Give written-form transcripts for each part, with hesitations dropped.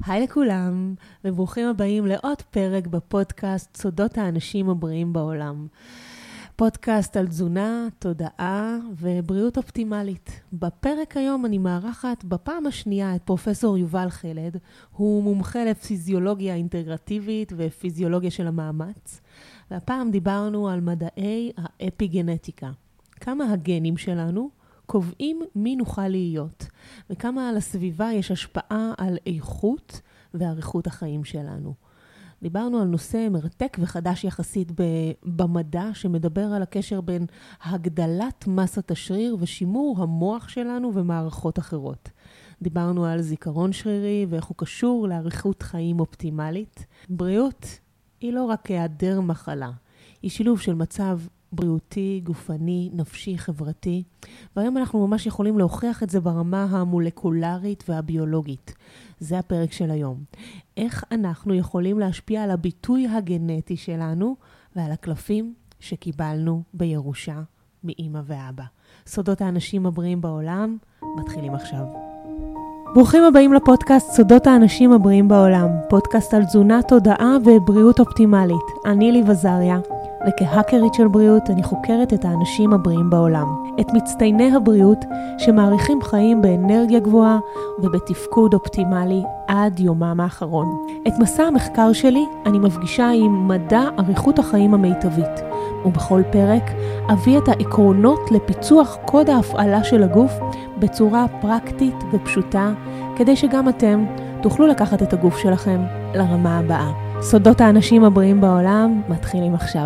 היי לכולם, וברוכים הבאים לעוד פרק בפודקאסט סודות האנשים הבריאים בעולם. פודקאסט על תזונה, תודעה ובריאות אופטימלית. בפרק היום אני מארחת בפעם השנייה את פרופסור יובל חלד. הוא מומחה לפיזיולוגיה אינטגרטיבית ופיזיולוגיה של המאמץ. והפעם דיברנו על מדעי האפיגנטיקה. כמה הגנים שלנו קובעים מי נוכל להיות, וכמה על הסביבה יש השפעה על איכות ואריכות החיים שלנו. דיברנו על נושא מרתק וחדש יחסית במדע, שמדבר על הקשר בין הגדלת מסת השריר ושימור המוח שלנו ומערכות אחרות. דיברנו על זיכרון שרירי ואיך הוא קשור לאריכות חיים אופטימלית. בריאות היא לא רק היעדר מחלה, היא שילוב של מצב בריאותי, גופני, נפשי, חברתי, והיום אנחנו ממש יכולים להוכיח את זה ברמה המולקולרית והביולוגית. זה הפרק של היום. איך אנחנו יכולים להשפיע על הביטוי הגנטי שלנו ועל הקלפים שקיבלנו בירושה מאמא ואבא. סודות האנשים הבריאים בעולם מתחילים עכשיו. ברוכים הבאים לפודקאסט סודות האנשים הבריאים בעולם, פודקאסט על תזונה, תודעה ובריאות אופטימלית. אני ליב עזריה, וכהאקרית של בריאות אני חוקרת את האנשים הבריאים בעולם, את מצטייני הבריאות שמעריכים חיים באנרגיה גבוהה ובתפקוד אופטימלי עד יומם האחרון. את מסע המחקר שלי אני מפגישה עם מדע אריכות החיים המיטבית, ובכל פרק אביא את העקרונות לפיצוח קוד ההפעלה של הגוף בצורה פרקטית ופשוטה, כדי שגם אתם תוכלו לקחת את הגוף שלכם לרמה הבאה. סודות האנשים הבריאים בעולם מתחילים עכשיו.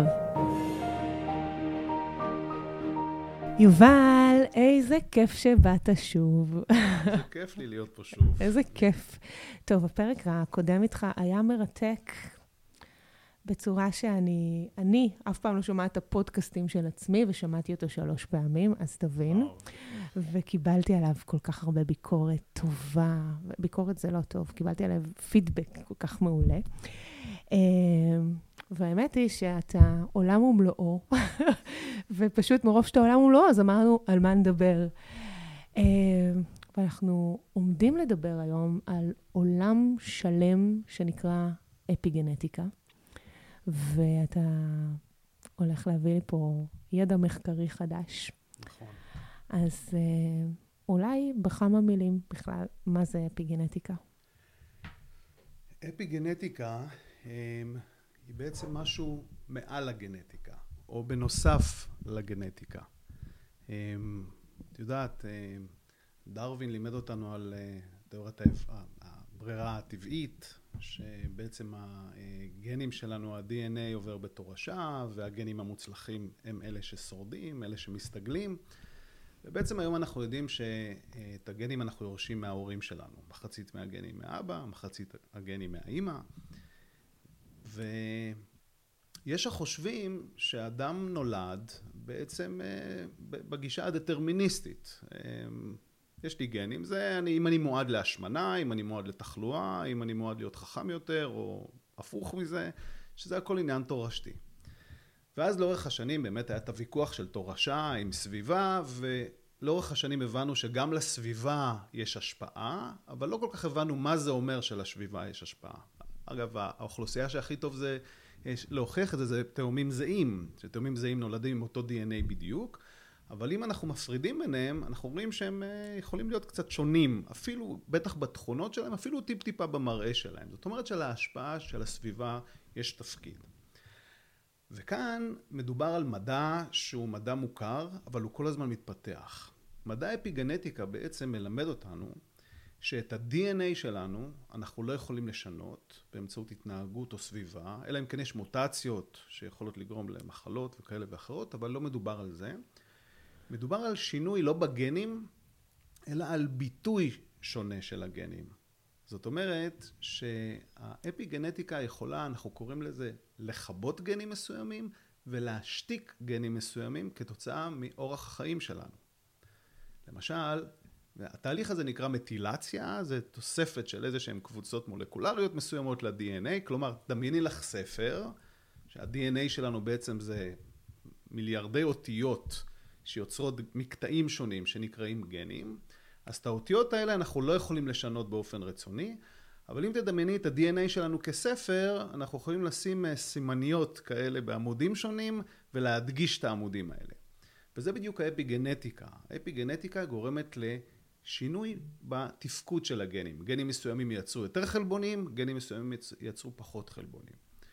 יובל, איזה כיף שבאת שוב. איזה כיף לי להיות פה שוב. איזה כיף. טוב, הפרק הקודם איתך היה מרתק בצורה שאני אף פעם לא שומעת את הפודקאסטים של עצמי, ושמעתי אותו 3 פעמים, אז תבין. וקיבלתי עליו כל כך הרבה ביקורת טובה. ביקורת זה לא טוב, קיבלתי עליו פידבק כל כך מעולה. והאמת היא שאתה עולם ומלואו, ופשוט מרוב שאתה עולם ומלואו, אז אמרנו על מה נדבר. ואנחנו עומדים לדבר היום על עולם שלם שנקרא אפיגנטיקה, ואתה הולך להביא לי פה ידע מחקרי חדש. נכון. אז אולי בכמה מילים בכלל, מה זה אפיגנטיקה? אפיגנטיקה היא בעצם משהו מעל הגנטיקה, או בנוסף לגנטיקה. את יודעת, דרווין לימד אותנו על תיאוריית הברירה הטבעית, שבעצם הגנים שלנו, ה-DNA עובר בתורשה, והגנים המוצלחים הם אלה ששורדים, אלה שמסתגלים. ובעצם היום אנחנו יודעים שאת הגנים אנחנו יורשים מההורים שלנו. מחצית מהגנים מהאבא, מחצית הגנים מהאמא. ויש החושבים שהאדם נולד בעצם בגישה הדטרמיניסטית. יש לי גנים, זה אם אני מועד להשמנה, אם אני מועד לתחלואה, אם אני מועד להיות חכם יותר, או הפוך מזה, שזה הכל עניין תורשתי. ואז לאורך השנים באמת היה את הוויכוח של תורשה עם סביבה, ולאורך השנים הבנו שגם לסביבה יש השפעה, אבל לא כל כך הבנו מה זה אומר שלסביבה יש השפעה. אגב, האוכלוסייה שהכי טוב זה להוכיח את זה, זה תאומים זהים, שתאומים זהים נולדים עם אותו DNA בדיוק, אבל אם אנחנו מפרידים ביניהם, אנחנו רואים שהם יכולים להיות קצת שונים, אפילו, בטח בתכונות שלהם, אפילו טיפה במראה שלהם. זאת אומרת שלהשפעה של הסביבה יש תפקיד. וכאן מדובר על מדע שהוא מדע מוכר, אבל הוא כל הזמן מתפתח. מדע אפיגנטיקה בעצם מלמד אותנו שאת ה-DNA שלנו אנחנו לא יכולים לשנות באמצעות התנהגות או סביבה, אלא אם כן יש מוטציות שיכולות לגרום למחלות וכאלה ואחרות, אבל לא מדובר על זה. מדובר על שינוי לא בגנים, אלא על ביטוי שונה של הגנים. זאת אומרת שהאפיגנטיקה יכולה, אנחנו קוראים לזה, לכבות גנים מסוימים ולהשתיק גנים מסוימים כתוצאה מאורח החיים שלנו. למשל, התהליך הזה נקרא מטילציה, זה תוספת של איזה שהן קבוצות מולקולריות מסוימות ל-DNA, כלומר, דמייני לך ספר, שה-DNA שלנו בעצם זה מיליארדי אותיות שיוצרות מקטעים שונים שנקראים גנים, אז את האותיות האלה אנחנו לא יכולים לשנות באופן רצוני, אבל אם תדמייני את ה-DNA שלנו כספר, אנחנו יכולים לשים סימניות כאלה בעמודים שונים, ולהדגיש את העמודים האלה. וזה בדיוק האפיגנטיקה. האפיגנטיקה גורמת לשינוי בתפקוד של הגנים. גנים מסוימים ייצרו יותר חלבונים, גנים מסוימים ייצרו פחות חלבונים.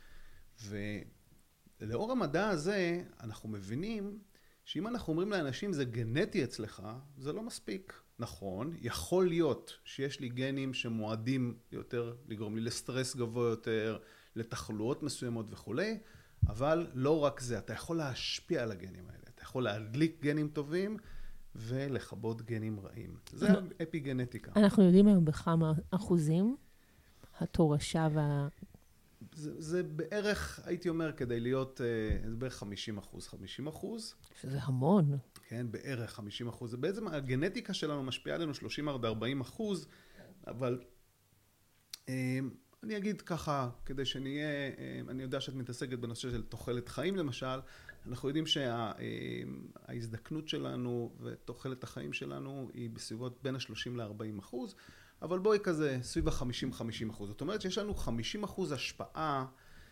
ולאור המדע הזה, אנחנו מבינים שאם אנחנו אומרים לאנשים זה גנטי אצלך, זה לא מספיק. נכון, יכול להיות שיש לי גנים שמועדים יותר לגרום לי לסטרס גבוה יותר, לתחלואות מסוימות וכו', אבל לא רק זה, אתה יכול להשפיע על הגנים האלה, אתה יכול להדליק גנים טובים ולכבות גנים רעים. זה האפיגנטיקה. אנחנו יודעים היום בכמה אחוזים התורשה זה בערך, הייתי אומר, כדי להיות, זה בערך 50%. שזה המון. כן, בערך 50%. זה בעצם הגנטיקה שלנו משפיעה עלינו 30-40%, אבל אני אגיד ככה, כדי שנהיה, אני יודע שאת מתעסקת בנושא של תוחלת חיים למשל, אנחנו יודעים שההזדקנות שלנו ותוחלת החיים שלנו היא בסביבות בין ה-30-40%, אבל בואי כזה, סביב ה-50-50%. זאת אומרת שיש לנו 50% השפעה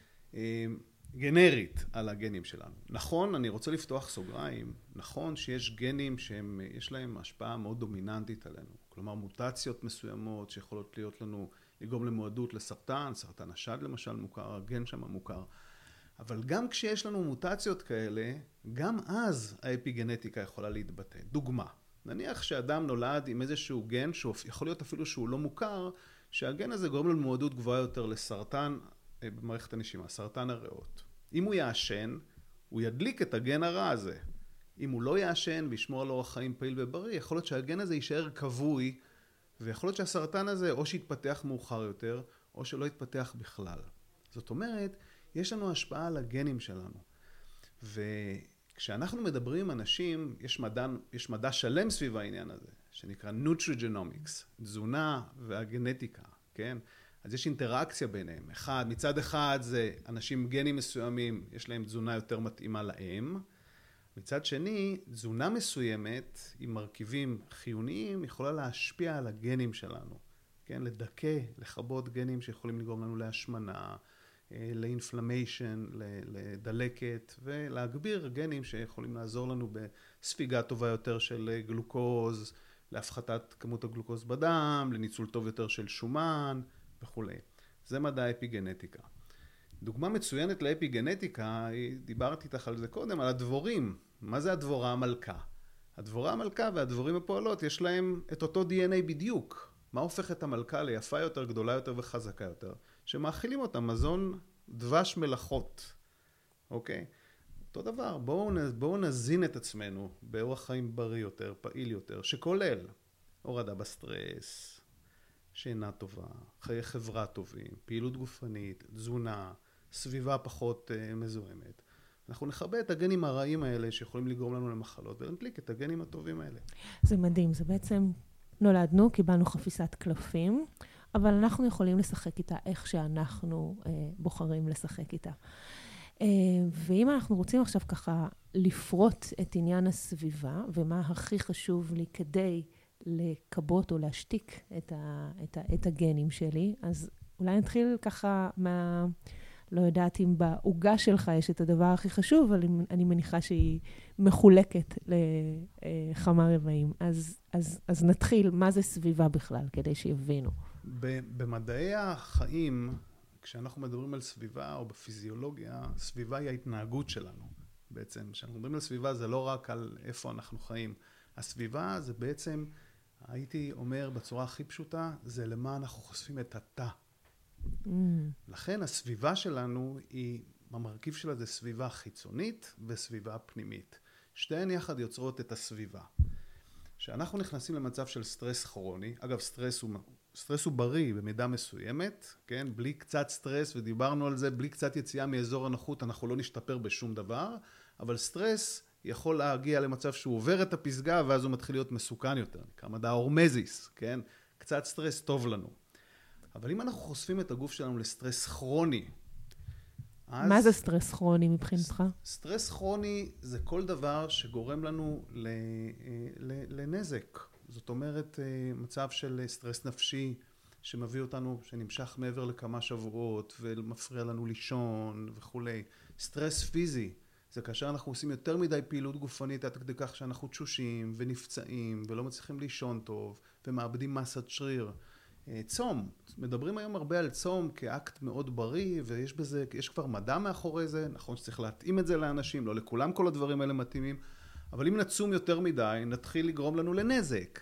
גנרית על הגנים שלנו. נכון, אני רוצה לפתוח סוגריים, נכון שיש גנים שיש להם השפעה מאוד דומיננטית עלינו. כלומר, מוטציות מסוימות שיכולות להיות לנו, לגרום למועדות לסרטן, סרטן השד למשל מוכר, הגן שם מוכר. אבל גם כשיש לנו מוטציות כאלה, גם אז האפיגנטיקה יכולה להתבטא. דוגמה, נניח שאדם נולד עם איזשהו גן, שיכול להיות אפילו שהוא לא מוכר, שהגן הזה גורם למועדות גבוהה יותר לסרטן במערכת הנשימה, סרטן הריאות. אם הוא יעשן, הוא ידליק את הגן הרע הזה. אם הוא לא יעשן וישמור על אורח חיים פעיל ובריא, יכול להיות שהגן הזה יישאר כבוי, ויכול להיות שהסרטן הזה או שיתפתח מאוחר יותר, או שלא יתפתח בכלל. זאת אומרת, יש לנו השפעה על הגנים שלנו. וכשאנחנו מדברים עם אנשים, יש מדע שלם סביב העניין הזה, שנקרא Nutrigenomics, תזונה והגנטיקה, כן? אז יש אינטראקציה ביניהם. מצד אחד זה אנשים עם גנים מסוימים, יש להם תזונה יותר מתאימה להם. מצד שני, תזונה מסוימת עם מרכיבים חיוניים יכולה להשפיע על הגנים שלנו. כן? לדכא, לכבות גנים שיכולים לגרום לנו להשמנה, לאינפלמיישן, לדלקת, ולהגביר גנים שיכולים לעזור לנו בספיגה טובה יותר של גלוקוז, להפחתת כמות הגלוקוז בדם, לניצול טוב יותר של שומן וכו'. זה מדע האפיגנטיקה. דוגמה מצוינת לאפיגנטיקה, דיברתי איתך על זה קודם, על הדבורים. מה זה הדבורה המלכה? הדבורה המלכה והדבורים הפועלות יש להם את אותו DNA בדיוק. מה הופך את המלכה ליפה יותר, גדולה יותר וחזקה יותר? שמאכילים אותה מזון דבש מלאכות. אוקיי? אותו דבר, בואו נזין את עצמנו באורח חיים בריא יותר, פעיל יותר, שכולל הורדה בסטרס, שינה טובה, חיי חברה טובים, פעילות גופנית, תזונה, סביבה פחות מזוהמת. אנחנו נכבה את הגנים הרעים האלה שיכולים לגרום לנו למחלות, ונדליק את הגנים הטובים האלה. זה מדהים, זה בעצם נולדנו, קיבלנו חפיסת קלפים, אבל אנחנו יכולים לשחק איתה איך שאנחנו בוחרים לשחק איתה. ואם אנחנו רוצים עכשיו ככה לפרוט את עניין הסביבה, ומה הכי חשוב לי כדי לקבות או להשתיק את הגנים שלי, אז אולי נתחיל ככה לא יודעת אם בעוגה שלך יש את הדבר הכי חשוב, אבל אני מניחה שהיא מחולקת לכמה רבעים. אז נתחיל, מה זה סביבה בכלל, כדי שיבינו. במדעי החיים, כשאנחנו מדברים על סביבה או בפיזיולוגיה, סביבה היא ההתנהגות שלנו. בעצם, כשאנחנו מדברים על סביבה, זה לא רק על איפה אנחנו חיים. הסביבה זה בעצם, הייתי אומר בצורה הכי פשוטה, זה למה אנחנו חושפים את התא. לכן הסביבה שלנו היא, המרכיב שלה זה סביבה חיצונית וסביבה פנימית. שתיהן יחד יוצרות את הסביבה. כשאנחנו נכנסים למצב של סטרס כרוני, אגב סטרס הוא בריא במידה מסוימת, כן? בלי קצת סטרס, ודיברנו על זה, בלי קצת יציאה מאזור הנוחות אנחנו לא נשתפר בשום דבר, אבל סטרס יכול להגיע למצב שהוא עובר את הפסגה ואז הוא מתחיל להיות מסוכן יותר, נקרא מדע הורמזיס, כן? קצת סטרס טוב לנו. אבל אם אנחנו חושפים את הגוף שלנו לסטרס כרוני, אז... מה זה סטרס כרוני מבחינתך? סטרס כרוני זה כל דבר שגורם לנו לנזק. זאת אומרת, מצב של סטרס נפשי, שמביא אותנו, שנמשך מעבר לכמה שבועות, ומפריע לנו לישון וכולי. סטרס פיזי, זה כאשר אנחנו עושים יותר מדי פעילות גופנית, עד כדי כך שאנחנו תשושים ונפצעים, ולא מצליחים לישון טוב, ומאבדים מסת שריר. צום, מדברים היום הרבה על צום כאקט מאוד בריא, ויש בזה, יש כבר מדע מאחורי זה, נכון שצריך להתאים את זה לאנשים, לא לכולם כל הדברים האלה מתאימים, אבל אם נצום יותר מדי, נתחיל לגרום לנו לנזק.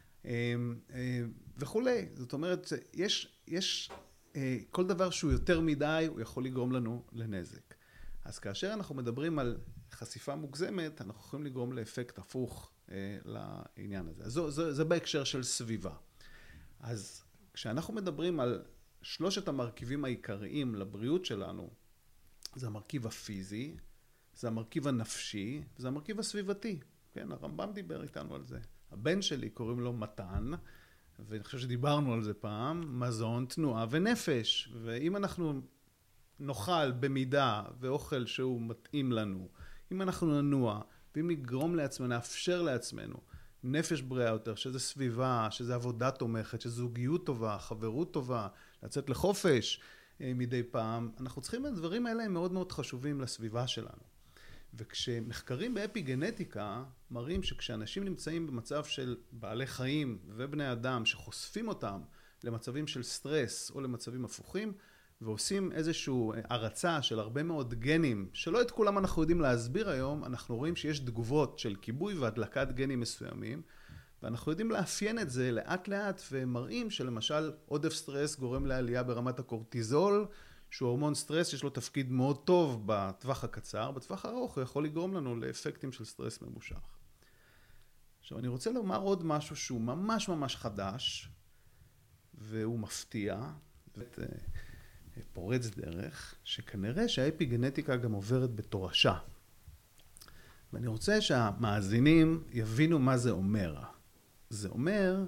וכולי. זאת אומרת, יש כל דבר שהוא יותר מדי, הוא יכול לגרום לנו לנזק. אז כאשר אנחנו מדברים על חשיפה מוגזמת, אנחנו יכולים לגרום לאפקט הפוך לעניין הזה. אז זה בהקשר של סביבה. אז כשאנחנו מדברים על שלושת המרכיבים העיקריים לבריאות שלנו, זה המרכיב הפיזי, זה המרכיב הנפשי, וזה המרכיב הסביבתי. כן, הרמב"ם דיבר איתנו על זה. הבן שלי קוראים לו מתן, ואני חושב שדיברנו על זה פעם, מזון, תנועה ונפש. ואם אנחנו נאכל במידה ואוכל שהוא מתאים לנו, אם אנחנו ננוע, ואם נגרום לעצמנו, נאפשר לעצמנו, נפש בריאה יותר, שזה סביבה, שזה עבודה תומכת, שזה זוגיות טובה, חברות טובה, לצאת לחופש מדי פעם, אנחנו צריכים, הדברים האלה הם מאוד מאוד חשובים לסביבה שלנו. וכשמחקרים באפיגנטיקה מראים שכשאנשים נמצאים במצב של בעלי חיים ובני אדם שחושפים אותם למצבים של סטרס או למצבים הפוכים, ועושים איזושהי הרצה של הרבה מאוד גנים, שלא את כולם אנחנו יודעים להסביר היום, אנחנו רואים שיש תגובות של כיבוי והדלקת גנים מסוימים, ואנחנו יודעים לאפיין את זה לאט לאט, ומראים שלמשל עודף סטרס גורם לעלייה ברמת הקורטיזול, שהוא הורמון סטרס, יש לו תפקיד מאוד טוב בטווח הקצר, בטווח הארוך הוא יכול לגרום לנו לאפקטים של סטרס ממושך. עכשיו אני רוצה לומר עוד משהו שהוא ממש ממש חדש, והוא מפתיע, פורץ דרך, שכנראה שהאפיגנטיקה גם עוברת בתורשה. ואני רוצה שהמאזינים יבינו מה זה אומר. זה אומר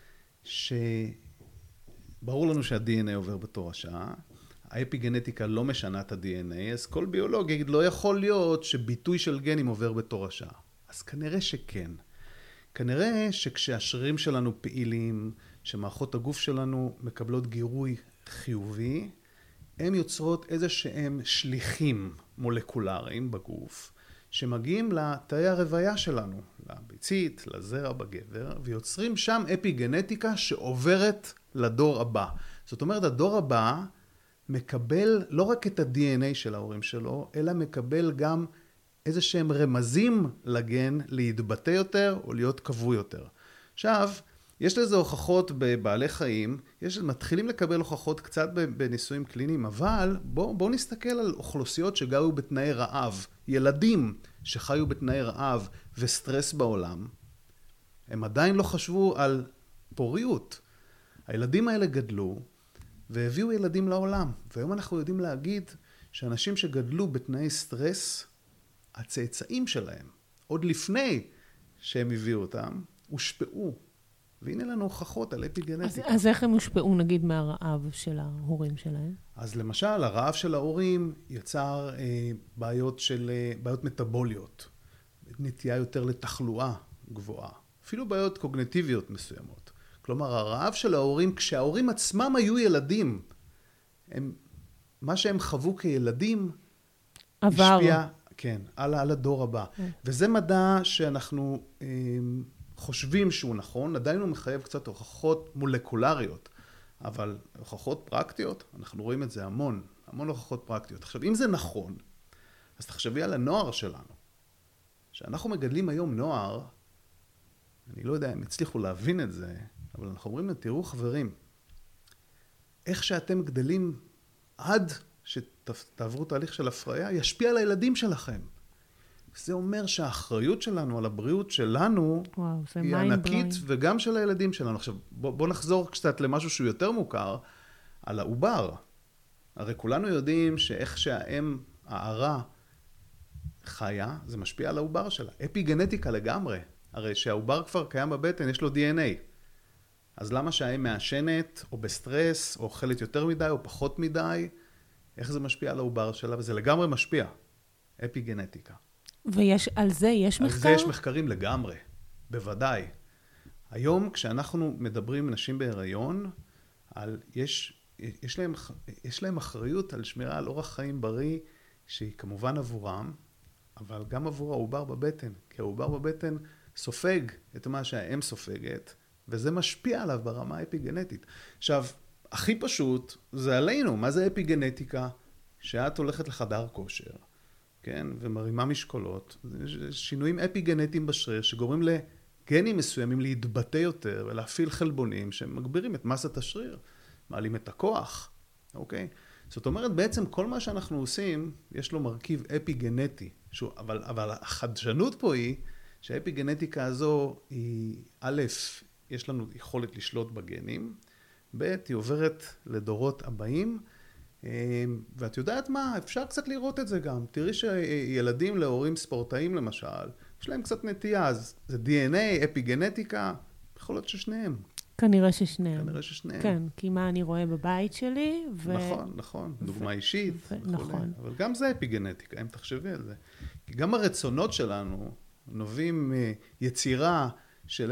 שברור לנו שה-DNA עובר בתורשה, האפיגנטיקה לא משנה את ה-DNA, אז כל ביולוג יגיד לא יכול להיות שביטוי של גנים עובר בתורשה. אז כנראה שכן. כנראה שכשהשרירים שלנו פעילים, שמערכות הגוף שלנו מקבלות גירוי חיובי, הם יוצרות איזה שהם שליחים מולקולריים בגוף, שמגיעים לתאי הרוויה שלנו, לביצית, לזרע בגבר, ויוצרים שם אפיגנטיקה שעוברת לדור הבא. זאת אומרת, הדור הבא מקבל לא רק את ה-DNA של ההורים שלו, אלא מקבל גם איזה שהם רמזים לגן להתבטא יותר או להיות קבוע יותר. עכשיו, יש לזה הוכחות בבעלי חיים, מתחילים לקבל הוכחות קצת בניסויים קליניים, אבל בואו נסתכל על אוכלוסיות שגרו בתנאי רעב, ילדים שחיו בתנאי רעב וסטרס בעולם, הם עדיין לא חשבו על פוריות. הילדים האלה גדלו והביאו ילדים לעולם, והיום אנחנו יודעים להגיד שאנשים שגדלו בתנאי סטרס, הצאצאים שלהם, עוד לפני שהם הביאו אותם, הושפעו. והנה לנו הוכחות על אפיגנטיקה. אז איך הם הושפעו נגיד מהרעב של ההורים שלהם? אז למשל, הרעב של ההורים יצר בעיות מטאבוליות, נטייה יותר לתחלואה גבוהה, אפילו בעיות קוגניטיביות מסוימות. כלומר, הרעב של ההורים, כשההורים עצמם היו ילדים, מה שהם חוו כילדים, השפיע, כן, על הדור הבא. וזה מדע שאנחנו חושבים שהוא נכון, עדיין הוא מחייב קצת הוכחות מולקולריות, אבל הוכחות פרקטיות, אנחנו רואים את זה המון הוכחות פרקטיות. עכשיו, אם זה נכון, אז תחשבי על הנוער שלנו. שאנחנו מגדלים היום נוער, אני לא יודע אם הצליחו להבין את זה, אבל אנחנו אומרים להם, תראו חברים, איך שאתם גדלים עד שתעברו תהליך של הפריה, ישפיע על הילדים שלכם. זה אומר שהאחריות שלנו על הבריאות שלנו היא ענקית וגם של הילדים שלנו. עכשיו, בוא נחזור קצת למשהו שהוא יותר מוכר, על העובר. הרי כולנו יודעים שאיך שהאם הערה חיה, זה משפיע על העובר שלה. אפיגנטיקה לגמרי. הרי שהעובר כבר קיים בבטן, יש לו DNA. אז למה שהאם מעשנת או בסטרס, או אוכלת יותר מדי או פחות מדי, איך זה משפיע על העובר שלה? וזה לגמרי משפיע. אפיגנטיקה. ועל זה יש מחקר? על זה יש מחקרים לגמרי, בוודאי. היום כשאנחנו מדברים עם נשים בהיריון, יש להם אחריות על שמירה על אורח חיים בריא, שהיא כמובן עבורם, אבל גם עבור העובר בבטן, כי העובר בבטן סופג את מה שהאם סופגת, וזה משפיע עליו ברמה האפיגנטית. עכשיו, הכי פשוט זה עלינו. מה זה אפיגנטיקה? שאת הולכת לחדר כושר, כן? ומרימה משקולות. שינויים אפיגנטיים בשריר שגורמים לגנים מסוימים להתבטא יותר ולהפעיל חלבונים שמגבירים את מסת השריר, מעלים את הכוח, אוקיי? זאת אומרת, בעצם כל מה שאנחנו עושים, יש לו מרכיב אפיגנטי. אבל החדשנות פה היא שהאפיגנטיקה הזו היא, א', יש לנו יכולת לשלוט בגנים, ב', היא עוברת לדורות הבאים, ואת יודעת מה, אפשר קצת לראות את זה גם. תראי שילדים להורים ספורטאים למשל, יש להם קצת נטייה, אז זה DNA, אפיגנטיקה, יכול להיות ששניהם. כנראה ששניהם. כנראה ששניהם. כן, כי מה אני רואה בבית שלי, נכון. דוגמה אישית. נכון. אבל גם זה אפיגנטיקה, אם תחשבי על זה. כי גם הרצונות שלנו נובעים מיצירה של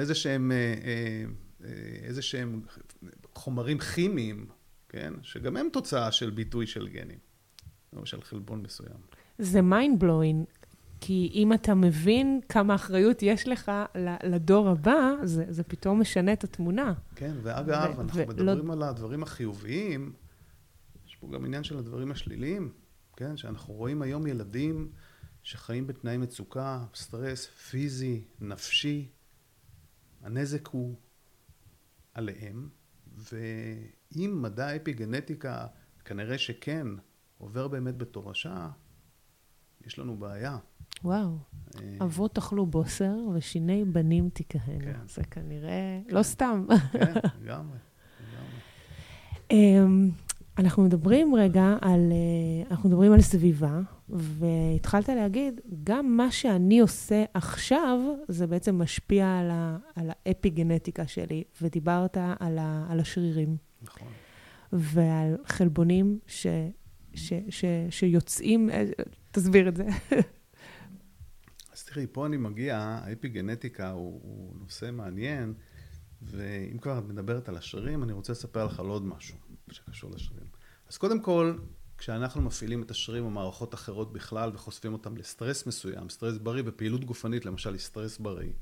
איזה שהם חומרים כימיים, כן? שגם הם תוצאה של ביטוי של גנים, או של חלבון מסוים. זה mind blowing, כי אם אתה מבין כמה אחריות יש לך לדור הבא, זה פתאום משנה את התמונה. כן, ואגב, אנחנו מדברים על הדברים החיוביים, יש פה גם עניין של הדברים השליליים, כן? שאנחנו רואים היום ילדים שחיים בתנאי מצוקה, סטרס פיזי, נפשי, הנזק הוא עליהם, ואם מדע האפיגנטיקה כנראה שכן עובר באמת בתורשה, יש לנו בעיה. וואו, אבות אכלו בוסר ושיני בנים תיכהן. כן. זה כנראה לא סתם. כן, לגמרי. אנחנו מדברים רגע אנחנו מדברים על סביבה, והתחלת להגיד, גם מה שאני עושה עכשיו, זה בעצם משפיע על האפיגנטיקה שלי, ודיברת על השרירים. נכון. ועל חלבונים שיוצאים, תסביר את זה. אז תראי, פה אני מגיע, האפיגנטיקה הוא נושא מעניין, ואם כבר את מדברת על השרירים, אני רוצה לספר לך על עוד משהו שקשור לשרירים. אז קודם כל, כשאנחנו מפעילים את השרירים או מערכות אחרות בכלל וחושפים אותם לסטרס מסוים, סטרס בריא ופעילות גופנית, למשל סטרס בריא,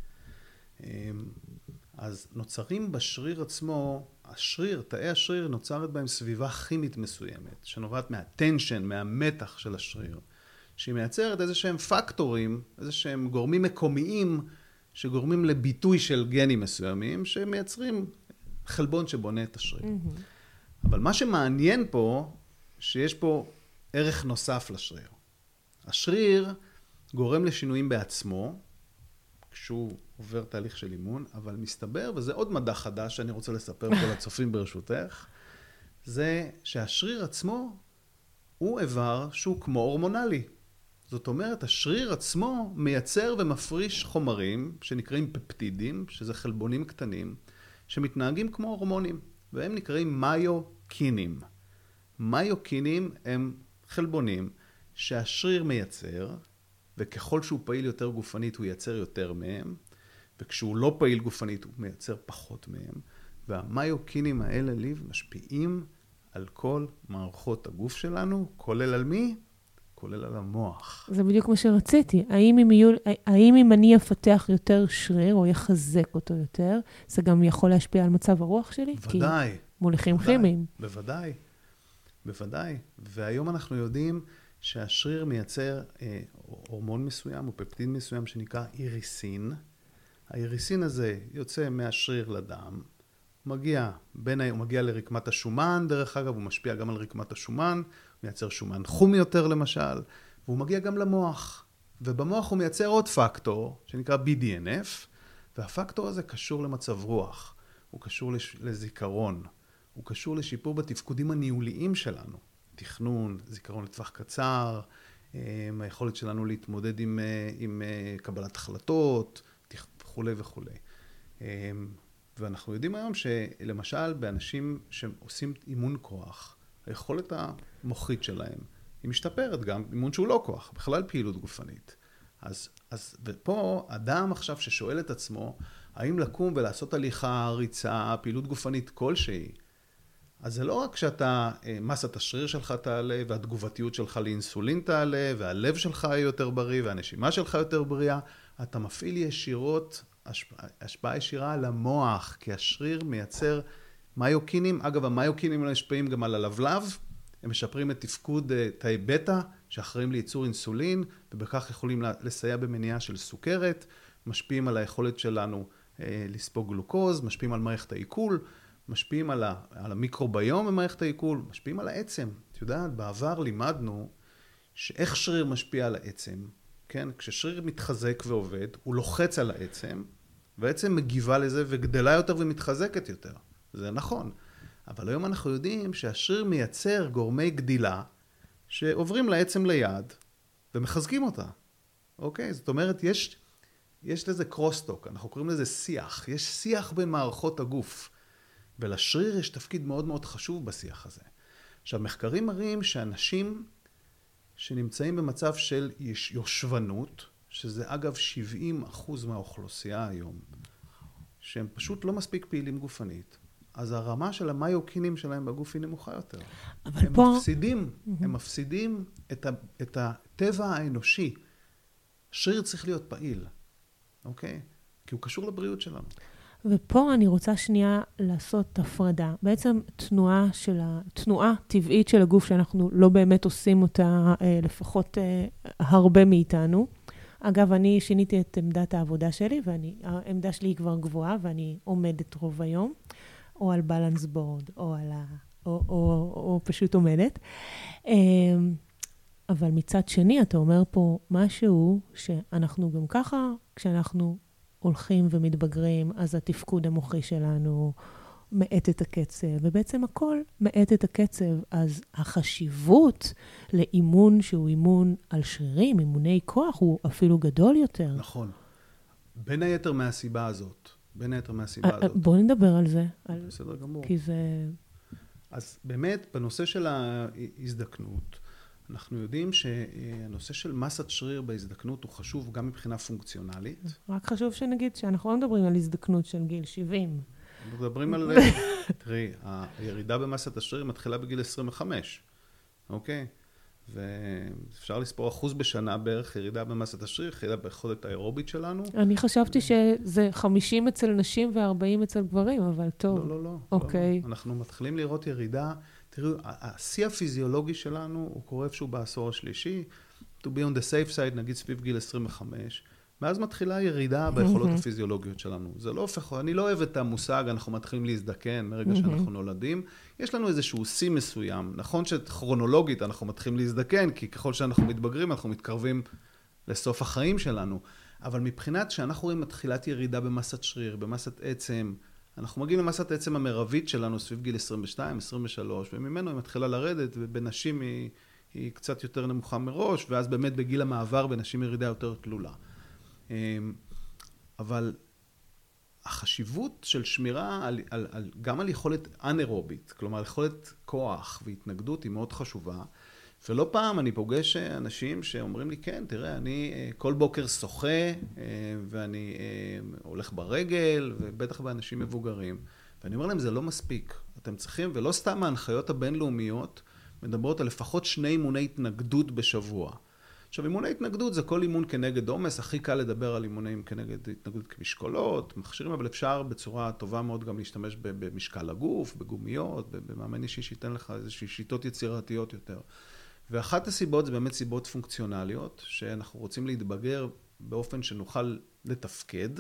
אז נוצרים בשריר עצמו, תאי השריר נוצרת בהם סביבה כימית מסוימת, שנובעת מהטנשן, מהמתח של השריר, שהיא מייצרת איזה שהם פקטורים, איזה שהם גורמים מקומיים, שגורמים לביטוי של גנים מסוימים, שמייצרים חלבון שבונה את השריר. אבל מה שמעניין פה, שיש פה ערך נוסף לשריר. השריר גורם לשינויים בעצמו, כשהוא עובר תהליך של אימון, אבל מסתבר, וזה עוד מדע חדש שאני רוצה לספר פה לצופים ברשותך, זה שהשריר עצמו הוא איבר שהוא כמו הורמונלי. זאת אומרת, השריר עצמו מייצר ומפריש חומרים שנקראים פפטידים, שזה חלבונים קטנים, שמתנהגים כמו הורמונים, והם נקראים מיוקינים. מיוקינים הם חלבונים שהשריר מייצר, וככל שהוא פעיל יותר גופנית הוא ייצר יותר מהם, וכשהוא לא פעיל גופנית הוא מייצר פחות מהם, והמיוקינים האלה ליב משפיעים על כל מערכות הגוף שלנו, כולל על מי? כולל על המוח. זה בדיוק מה שרציתי. האם אם אני אפתח יותר שריר, או יחזק אותו יותר, זה גם יכול להשפיע על מצב הרוח שלי? בוודאי. כי מוליכים כימיים. בוודאי. והיום אנחנו יודעים שהשריר מייצר הורמון מסוים, או פפטיד מסוים שנקרא איריסין. האיריסין הזה יוצא מהשריר לדם, הוא מגיע לרקמת השומן, דרך אגב, הוא משפיע גם על רקמת השומן, הוא מייצר שומן חום יותר למשל, והוא מגיע גם למוח. ובמוח הוא מייצר עוד פקטור, שנקרא BDNF, והפקטור הזה קשור למצב רוח, הוא קשור לזיכרון, הוא קשור לשיפור בתפקודים הניהוליים שלנו, תכנון, זיכרון לטווח קצר, היכולת שלנו להתמודד עם קבלת החלטות, וכו' וכו'. ואנחנו יודעים היום שלמשל באנשים שעושים אימון כוח, היכולת המוחית שלהם היא משתפרת גם, אימון שהוא לא כוח, בכלל פעילות גופנית. ופה אדם עכשיו ששואל את עצמו, האם לקום ולעשות הליכה, ריצה, פעילות גופנית כלשהי, אז זה לא רק שאתה, מסת השריר שלך תעלה, והתגובתיות שלך לאינסולין תעלה, והלב שלך יהיה יותר בריא, והנשימה שלך יותר בריאה, אתה מפעיל ישירות, השפעה ישירה על המוח, כי השריר מייצר מיוקינים. אגב, המיוקינים האלה משפיעים גם על הלבלב, הם משפרים את תפקוד תאי בטא, שאחראים לייצור אינסולין, ובכך יכולים לסייע במניעה של סוכרת, משפיעים על היכולת שלנו לספוג גלוקוז, משפיעים על מערכת העיכול, משפיעים על המיקרוביום במערכת העיכול, משפיעים על העצם. את יודעת, בעבר לימדנו שאיך שריר משפיע על העצם, כן? כששריר מתחזק ועובד, הוא לוחץ על העצם, והעצם מגיבה לזה וגדלה יותר ומתחזקת יותר. זה נכון. אבל היום אנחנו יודעים שהשריר מייצר גורמי גדילה שעוברים לעצם ליד ומחזקים אותה. אוקיי? זאת אומרת, יש לזה קרוסטוק, אנחנו קוראים לזה שיח. יש שיח בין מערכות הגוף. ולשריר יש תפקיד מאוד מאוד חשוב בשיח הזה. עכשיו, מחקרים מראים שאנשים שנמצאים במצב של יושבנות, שזה אגב 70% מהאוכלוסייה היום, שהם פשוט לא מספיק פעילים גופנית, אז הרמה של המיוקינים שלהם בגוף היא נמוכה יותר. הם מפסידים את הטבע האנושי. השריר צריך להיות פעיל, אוקיי? כי הוא קשור לבריאות שלנו. ופה אני רוצה שנייה לעשות הפרדה. בעצם תנועה טבעית של הגוף שאנחנו לא באמת עושים אותה, לפחות הרבה מאיתנו. אגב, אני שיניתי את עמדת העבודה שלי, והעמדה שלי היא כבר גבוהה, ואני עומדת רוב היום, או על בלנס בורד, או פשוט עומדת. אבל מצד שני, אתה אומר פה משהו שאנחנו גם ככה, כשאנחנו הולכים ומתבגרים, אז התפקוד המוחי שלנו מאט את הקצב, ובעצם הכל מאט את הקצב. אז החשיבות לאימון שהוא אימון על שרירים, אימוני כוח, הוא אפילו גדול יותר. נכון. בין היתר מהסיבה הזאת. בואו נדבר על זה. בסדר גמור. כי זה... אז באמת, בנושא של ההזדקנות, אנחנו יודעים שהנושא של מסת שריר בהזדקנות הוא חשוב גם מבחינה פונקציונלית. רק חשוב שנגיד שאנחנו לא מדברים על הזדקנות של גיל 70. אנחנו מדברים על... תראי, הירידה במסת השריר מתחילה בגיל 25, אוקיי? ואפשר לספור אחוז בשנה בערך ירידה במסת השריר, ירידה ביכולת האירובית שלנו. אני חשבתי שזה 50 אצל נשים ו40 אצל גברים, אבל טוב. לא. אוקיי. אנחנו מתחילים לראות ירידה. תראו, השיא הפיזיולוגי שלנו הוא קורה איפשהו בעשור השלישי, to be on the safe side, נגיד סביב גיל 25, ואז מתחילה ירידה ביכולות הפיזיולוגיות שלנו. זה לא הופך, אני לא אוהב את המושג, אנחנו מתחילים להזדקן מרגע שאנחנו נולדים. יש לנו איזשהו שיא מסוים. נכון שכרונולוגית אנחנו מתחילים להזדקן, כי ככל שאנחנו מתבגרים, אנחנו מתקרבים לסוף החיים שלנו. אבל מבחינת שאנחנו רואים מתחילת ירידה במסת שריר, במסת עצם, אנחנו מגיעים למסת העצם המרבית שלנו סביב גיל 22, 23, וממנו היא מתחילה לרדת, ובנשים היא קצת יותר נמוכה מראש, ואז באמת בגיל המעבר בנשים ירידה יותר תלולה. אבל החשיבות של שמירה גם על יכולת אנאירובית, כלומר יכולת כוח והתנגדות היא מאוד חשובה, ולא פעם אני פוגש אנשים שאומרים לי, כן, תראה, אני כל בוקר שוחה, ואני הולך ברגל, ובטח באנשים מבוגרים. ואני אומר להם, זה לא מספיק. אתם צריכים, ולא סתם ההנחיות הבינלאומיות, מדברות על לפחות 2 אימוני התנגדות בשבוע. עכשיו, אימוני התנגדות זה כל אימון כנגד עומס, הכי קל לדבר על אימונים כנגד התנגדות כמשקולות, מכשירים, אבל אפשר בצורה טובה מאוד גם להשתמש במשקל הגוף, בגומיות, במאמן אישי שייתן לך איזושהי שיטות יצירתיות יותר. ואחת הסיבות זה באמת סיבות פונקציונליות, שאנחנו רוצים להתבגר באופן שנוכל לתפקד,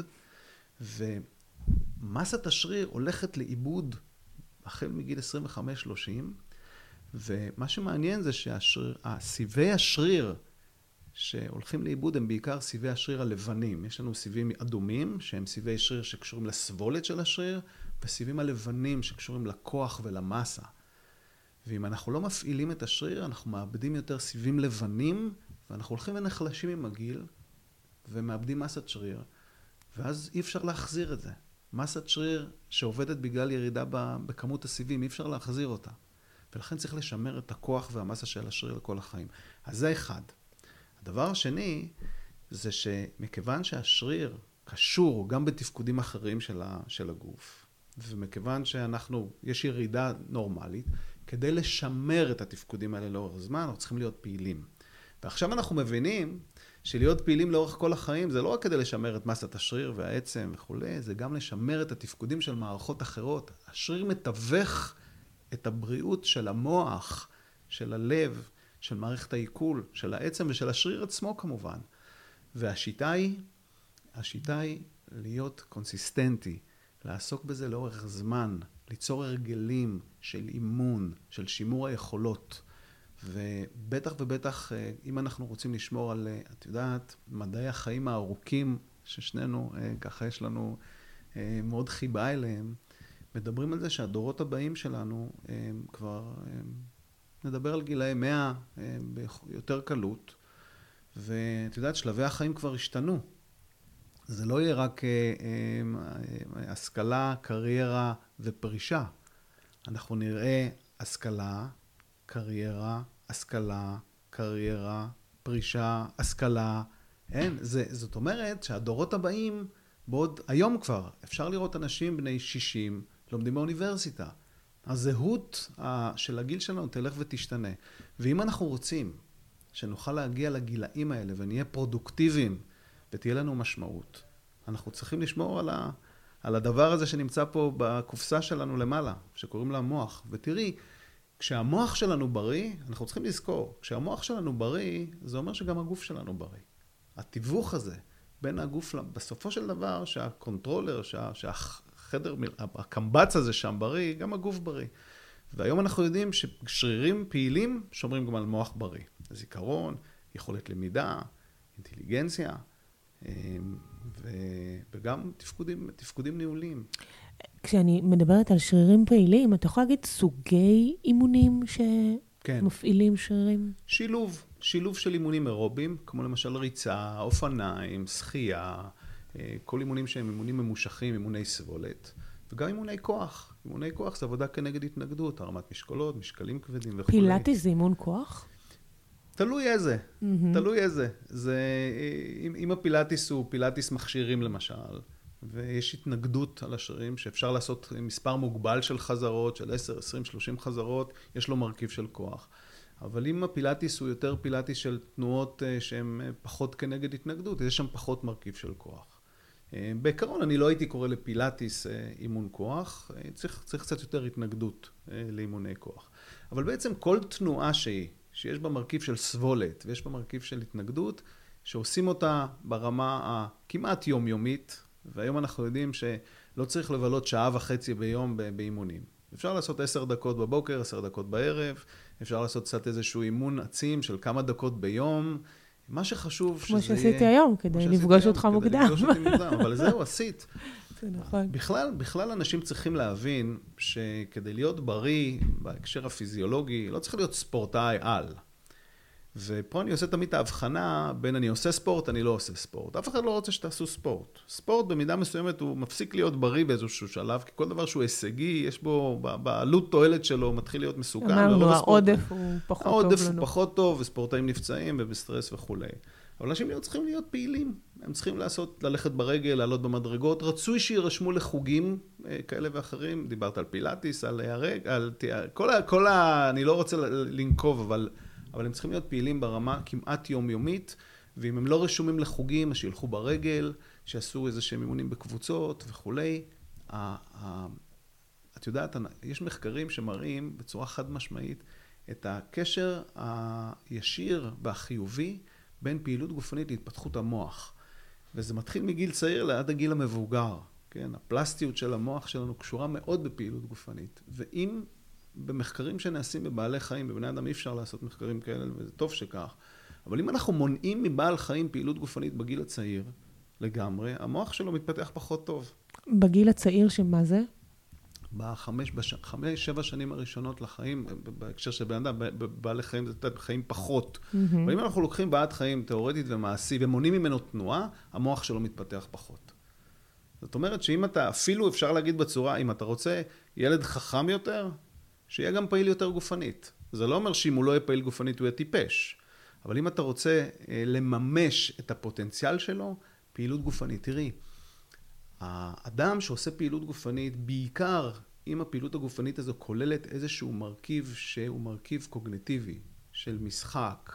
ומסת השריר הולכת לאיבוד החל מגיל 25-30, ומה שמעניין זה שהסיבי השריר שהולכים לאיבוד הם בעיקר סיבי השריר הלבנים. יש לנו סיבים אדומים, שהם סיבי שריר שקשורים לסבולת של השריר, וסיבים הלבנים שקשורים לכוח ולמסה. ואם אנחנו לא מפעילים את השריר, אנחנו מאבדים יותר סיבים לבנים, ואנחנו הולכים ונחלשים עם הגיל, ומאבדים מסת שריר, ואז אי אפשר להחזיר את זה. מסת שריר שעובדת בגלל ירידה בכמות הסיבים, אי אפשר להחזיר אותה. ולכן צריך לשמר את הכוח והמסה של השריר לכל החיים. אז זה אחד. הדבר השני, זה שמכיוון שהשריר קשור גם בתפקודים אחרים של הגוף, ומכיוון יש ירידה נורמלית, כדי לשמר את התפקודים האלה לאורך זמן, אנחנו צריכים להיות פעילים. ועכשיו אנחנו מבינים שלהיות פעילים לאורך כל החיים, זה לא רק כדי לשמר את מסת השריר והעצם וכו', זה גם לשמר את התפקודים של מערכות אחרות. השריר מתווך את הבריאות של המוח, של הלב, של מערכת העיכול, של העצם ושל השריר עצמו כמובן. והשיטה היא להיות קונסיסטנטי, לעסוק בזה לאורך זמן, ליצור הרגלים של אימון, של שימור היכולות. ובטח ובטח, אם אנחנו רוצים לשמור על, את יודעת, מדעי החיים הארוכים, ששנינו, ככה יש לנו מאוד חיבה אליהם, מדברים על זה שהדורות הבאים שלנו כבר, נדבר על גילאי 100 ביותר קלות, ואת יודעת, שלבי החיים כבר השתנו. זה לא יהיה רק השכלה, קריירה ופרישה. אנחנו נראה השכלה, קריירה, השכלה, קריירה, פרישה, השכלה. זאת אומרת שהדורות הבאים, היום כבר, אפשר לראות אנשים בני 60, לומדים באוניברסיטה. הזהות של הגיל שלנו תלך ותשתנה. ואם אנחנו רוצים שנוכל להגיע לגילאים האלה ונהיה פרודוקטיביים, ותהיה לנו משמעות, אנחנו צריכים לשמור על הדבר הזה שנמצא פה בקופסה שלנו למעלה, שקוראים לה המוח. ותראי, כשהמוח שלנו בריא, אנחנו צריכים לזכור, כשהמוח שלנו בריא, זה אומר שגם הגוף שלנו בריא. התיווך הזה בין הגוף, בסופו של דבר, שהקונטרולר, שהחדר, הקמבץ הזה שם בריא, גם הגוף בריא. והיום אנחנו יודעים ששרירים פעילים שומרים גם על מוח בריא. זיכרון, יכולת למידה, אינטליגנציה, וגם תפקודים ניהוליים. כשאני מדברת על שרירים פעילים, אתה יכול להגיד סוגי אימונים שמפעילים שרירים? שילוב של אימונים אירוביים, כמו למשל ריצה, אופניים, שחייה, כל אימונים שהם אימונים ממושכים, אימוני סבולת, וגם אימוני כוח. אימוני כוח זה עבודה כנגד התנגדות, הרמת משקולות, משקלים כבדים וכו'. פילאטיס זה אימון כוח? תלוי איזה. אם הפילאטיס הוא פילאטיס מכשירים למשל, ויש התנגדות על השרירים שאפשר לעשות מספר מוגבל של חזרות, של 10, 20, 30 חזרות, יש לו מרכיב של כוח. אבל אם הפילאטיס הוא יותר פילאטיס של תנועות שהן פחות כנגד התנגדות, יש שם פחות מרכיב של כוח. בעיקרון אני לא הייתי קורא לפילאטיס אימון כוח, צריך קצת יותר התנגדות לאימוני כוח. אבל בעצם כל תנועה שיש בה מרכיב של סבולת ויש בה מרכיב של התנגדות, שעושים אותה ברמה הכמעט יומיומית, והיום אנחנו יודעים שלא צריך לבלות שעה וחצי ביום באימונים. אפשר לעשות 10 דקות בבוקר, 10 דקות בערב, אפשר לעשות קצת איזשהו אימון עצים של כמה דקות ביום. מה שחשוב שזה יהיה... כמו שעשיתי היום, כדי לפגוש אותך מוקדם. אבל זהו, עשית. זה נכון. בכלל אנשים צריכים להבין שכדי להיות בריא בהקשר הפיזיולוגי, לא צריך להיות ספורטאי על. ופה אני עושה תמיד את ההבחנה בין אני עושה ספורט, אני לא עושה ספורט. אף אחד לא רוצה שתעשו ספורט. ספורט במידה מסוימת הוא מפסיק להיות בריא באיזשהו שלב, כי כל דבר שהוא הישגי, יש בו, בעלות תועלת שלו, מתחיל להיות מסוכן. אמרנו, העודף הוא פחות טוב לנו. העודף הוא פחות טוב, וספורטאים נפצעים ובסטרס וכו'. אבל אנשים צריכים להיות פעילים. הם צריכים ללכת ברגל, לעלות במדרגות. רצוי שירשמו לחוגים כאלה ואחרים. דיברת על פילאטיס, על אני לא רוצה לנקוב, אבל הם צריכים להיות פעילים ברמה כמעט יומיומית, ואם הם לא רשומים לחוגים, אז שילכו ברגל, שיעשו איזה שהם אימונים בקבוצות וכו'. את יודעת, יש מחקרים שמראים בצורה חד משמעית את הקשר הישיר והחיובי בין פעילות גופנית להתפתחות המוח. וזה מתחיל מגיל צעיר עד הגיל המבוגר. כן? הפלסטיות של המוח שלנו קשורה מאוד בפעילות גופנית. ואם במחקרים שנעשים בבעלי חיים, בבני אדם אי אפשר לעשות מחקרים כאלה, וזה טוב שכך. אבל אם אנחנו מונעים מבעל חיים פעילות גופנית בגיל הצעיר, לגמרי, המוח שלו מתפתח פחות טוב. בגיל הצעיר שמה זה? ב5-7 שנים הראשונות לחיים, בהקשר של בן אדם, בבעלי חיים זה חיים פחות. אבל אם אנחנו לוקחים בעד חיים תיאורטית ומעשי, ומונעים ממנו תנועה, המוח שלו מתפתח פחות. זאת אומרת שאם אתה, אפילו אפשר להגיד בצורה, אם אתה רוצה ילד חכם יותר, שיהיה גם פעיל יותר גופנית. זה לא אומר שאם הוא לא יהיה פעיל גופנית הוא יהיה טיפש. אבל אם אתה רוצה לממש את הפוטנציאל שלו, פעילות גופנית. תראי, האדם שעושה פעילות גופנית, בעיקר אם הפעילות הגופנית הזו כוללת איזשהו מרכיב שהוא מרכיב קוגניטיבי של משחק,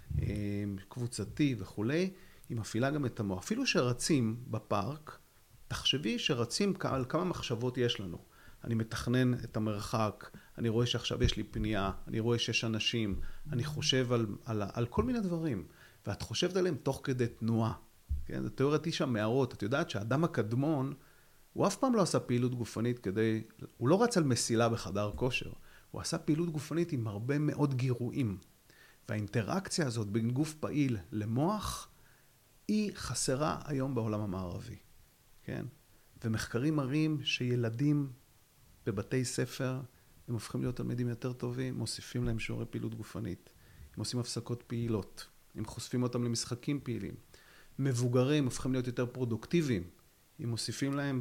קבוצתי וכולי, היא מפעילה גם את המוח. אפילו שרצים בפארק, תחשבי שרצים על כמה מחשבות יש לנו. אני מתכנן את המרחק, אני רואה שעכשיו יש לי פנייה, אני רואה שיש אנשים, אני חושב על כל מיני דברים, ואת חושבת עליהם תוך כדי תנועה. כן? זה תיאוריית איש המערות. את יודעת שהאדם הקדמון, הוא אף פעם לא עשה פעילות גופנית הוא לא רץ על מסילה בחדר כושר, הוא עשה פעילות גופנית עם הרבה מאוד גירויים. והאינטראקציה הזאת בין גוף פעיל למוח, היא חסרה היום בעולם המערבי. כן? ומחקרים מראים שילדים בבתי ספר, הם הופכים להיות תלמידים יותר טובים, מוסיפים להם שיעורי פעילות גופנית. הם עושים הפסקות פעילות, הם חושפים אותם למשחקים פעילים. מבוגרים הופכים להיות יותר פרודוקטיביים, הם מוסיפים להם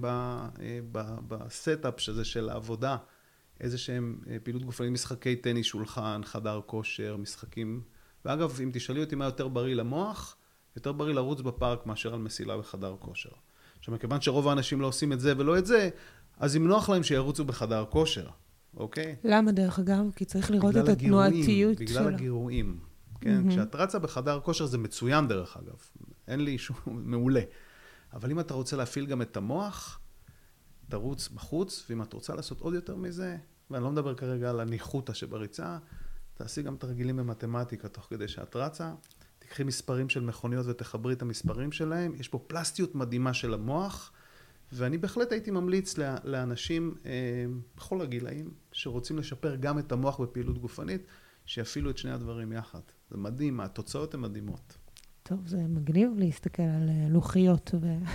בסטאפ שזה של העבודה, איזה שהם פעילות גופנית, משחקי טניס, שולחן, חדר כושר, משחקים. ואגב, אם תשאלי אותי מה יותר בריא למוח, יותר בריא לרוץ בפארק מאשר על מסילה בחדר כושר. עכשיו, מכיוון שרוב האנשים לא עושים את זה ולא את זה, אז אם נוח להם שירוצו בחדר כושר, אוקיי? למה דרך אגב? כי צריך לראות את התנועתיות שלה. בגלל הגירויים. כן? כשאת רצה בחדר כושר זה מצוין דרך אגב. אין לי אישו מעולה. אבל אם אתה רוצה להפעיל גם את המוח, תרוץ בחוץ, ואם את רוצה לעשות עוד יותר מזה, ואני לא מדבר כרגע על הניחותא שבריצה, תעשי גם תרגילים במתמטיקה תוך כדי שאת רצה, תקחי מספרים של מכוניות ותחברי את המספרים שלהם, יש פה פלסטיות מדהימה של המוח, ואני בהחלט הייתי ממליץ לאנשים בכל הגילאים שרוצים לשפר גם את המוח בפעילות גופנית, שיפעילו את שני הדברים יחד. זה מדהים, התוצאות הן מדהימות. טוב, זה מגניב להסתכל על לוחיות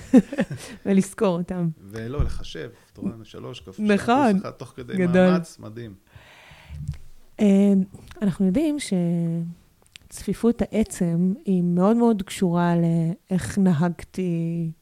ולזכור אותם. ולא, לחשב, תורן 3 כפול 2 נכון, פלוס 1 תוך כדי מאמץ, מדהים. אנחנו יודעים שצפיפות העצם היא מאוד מאוד קשורה לאיך נהגתי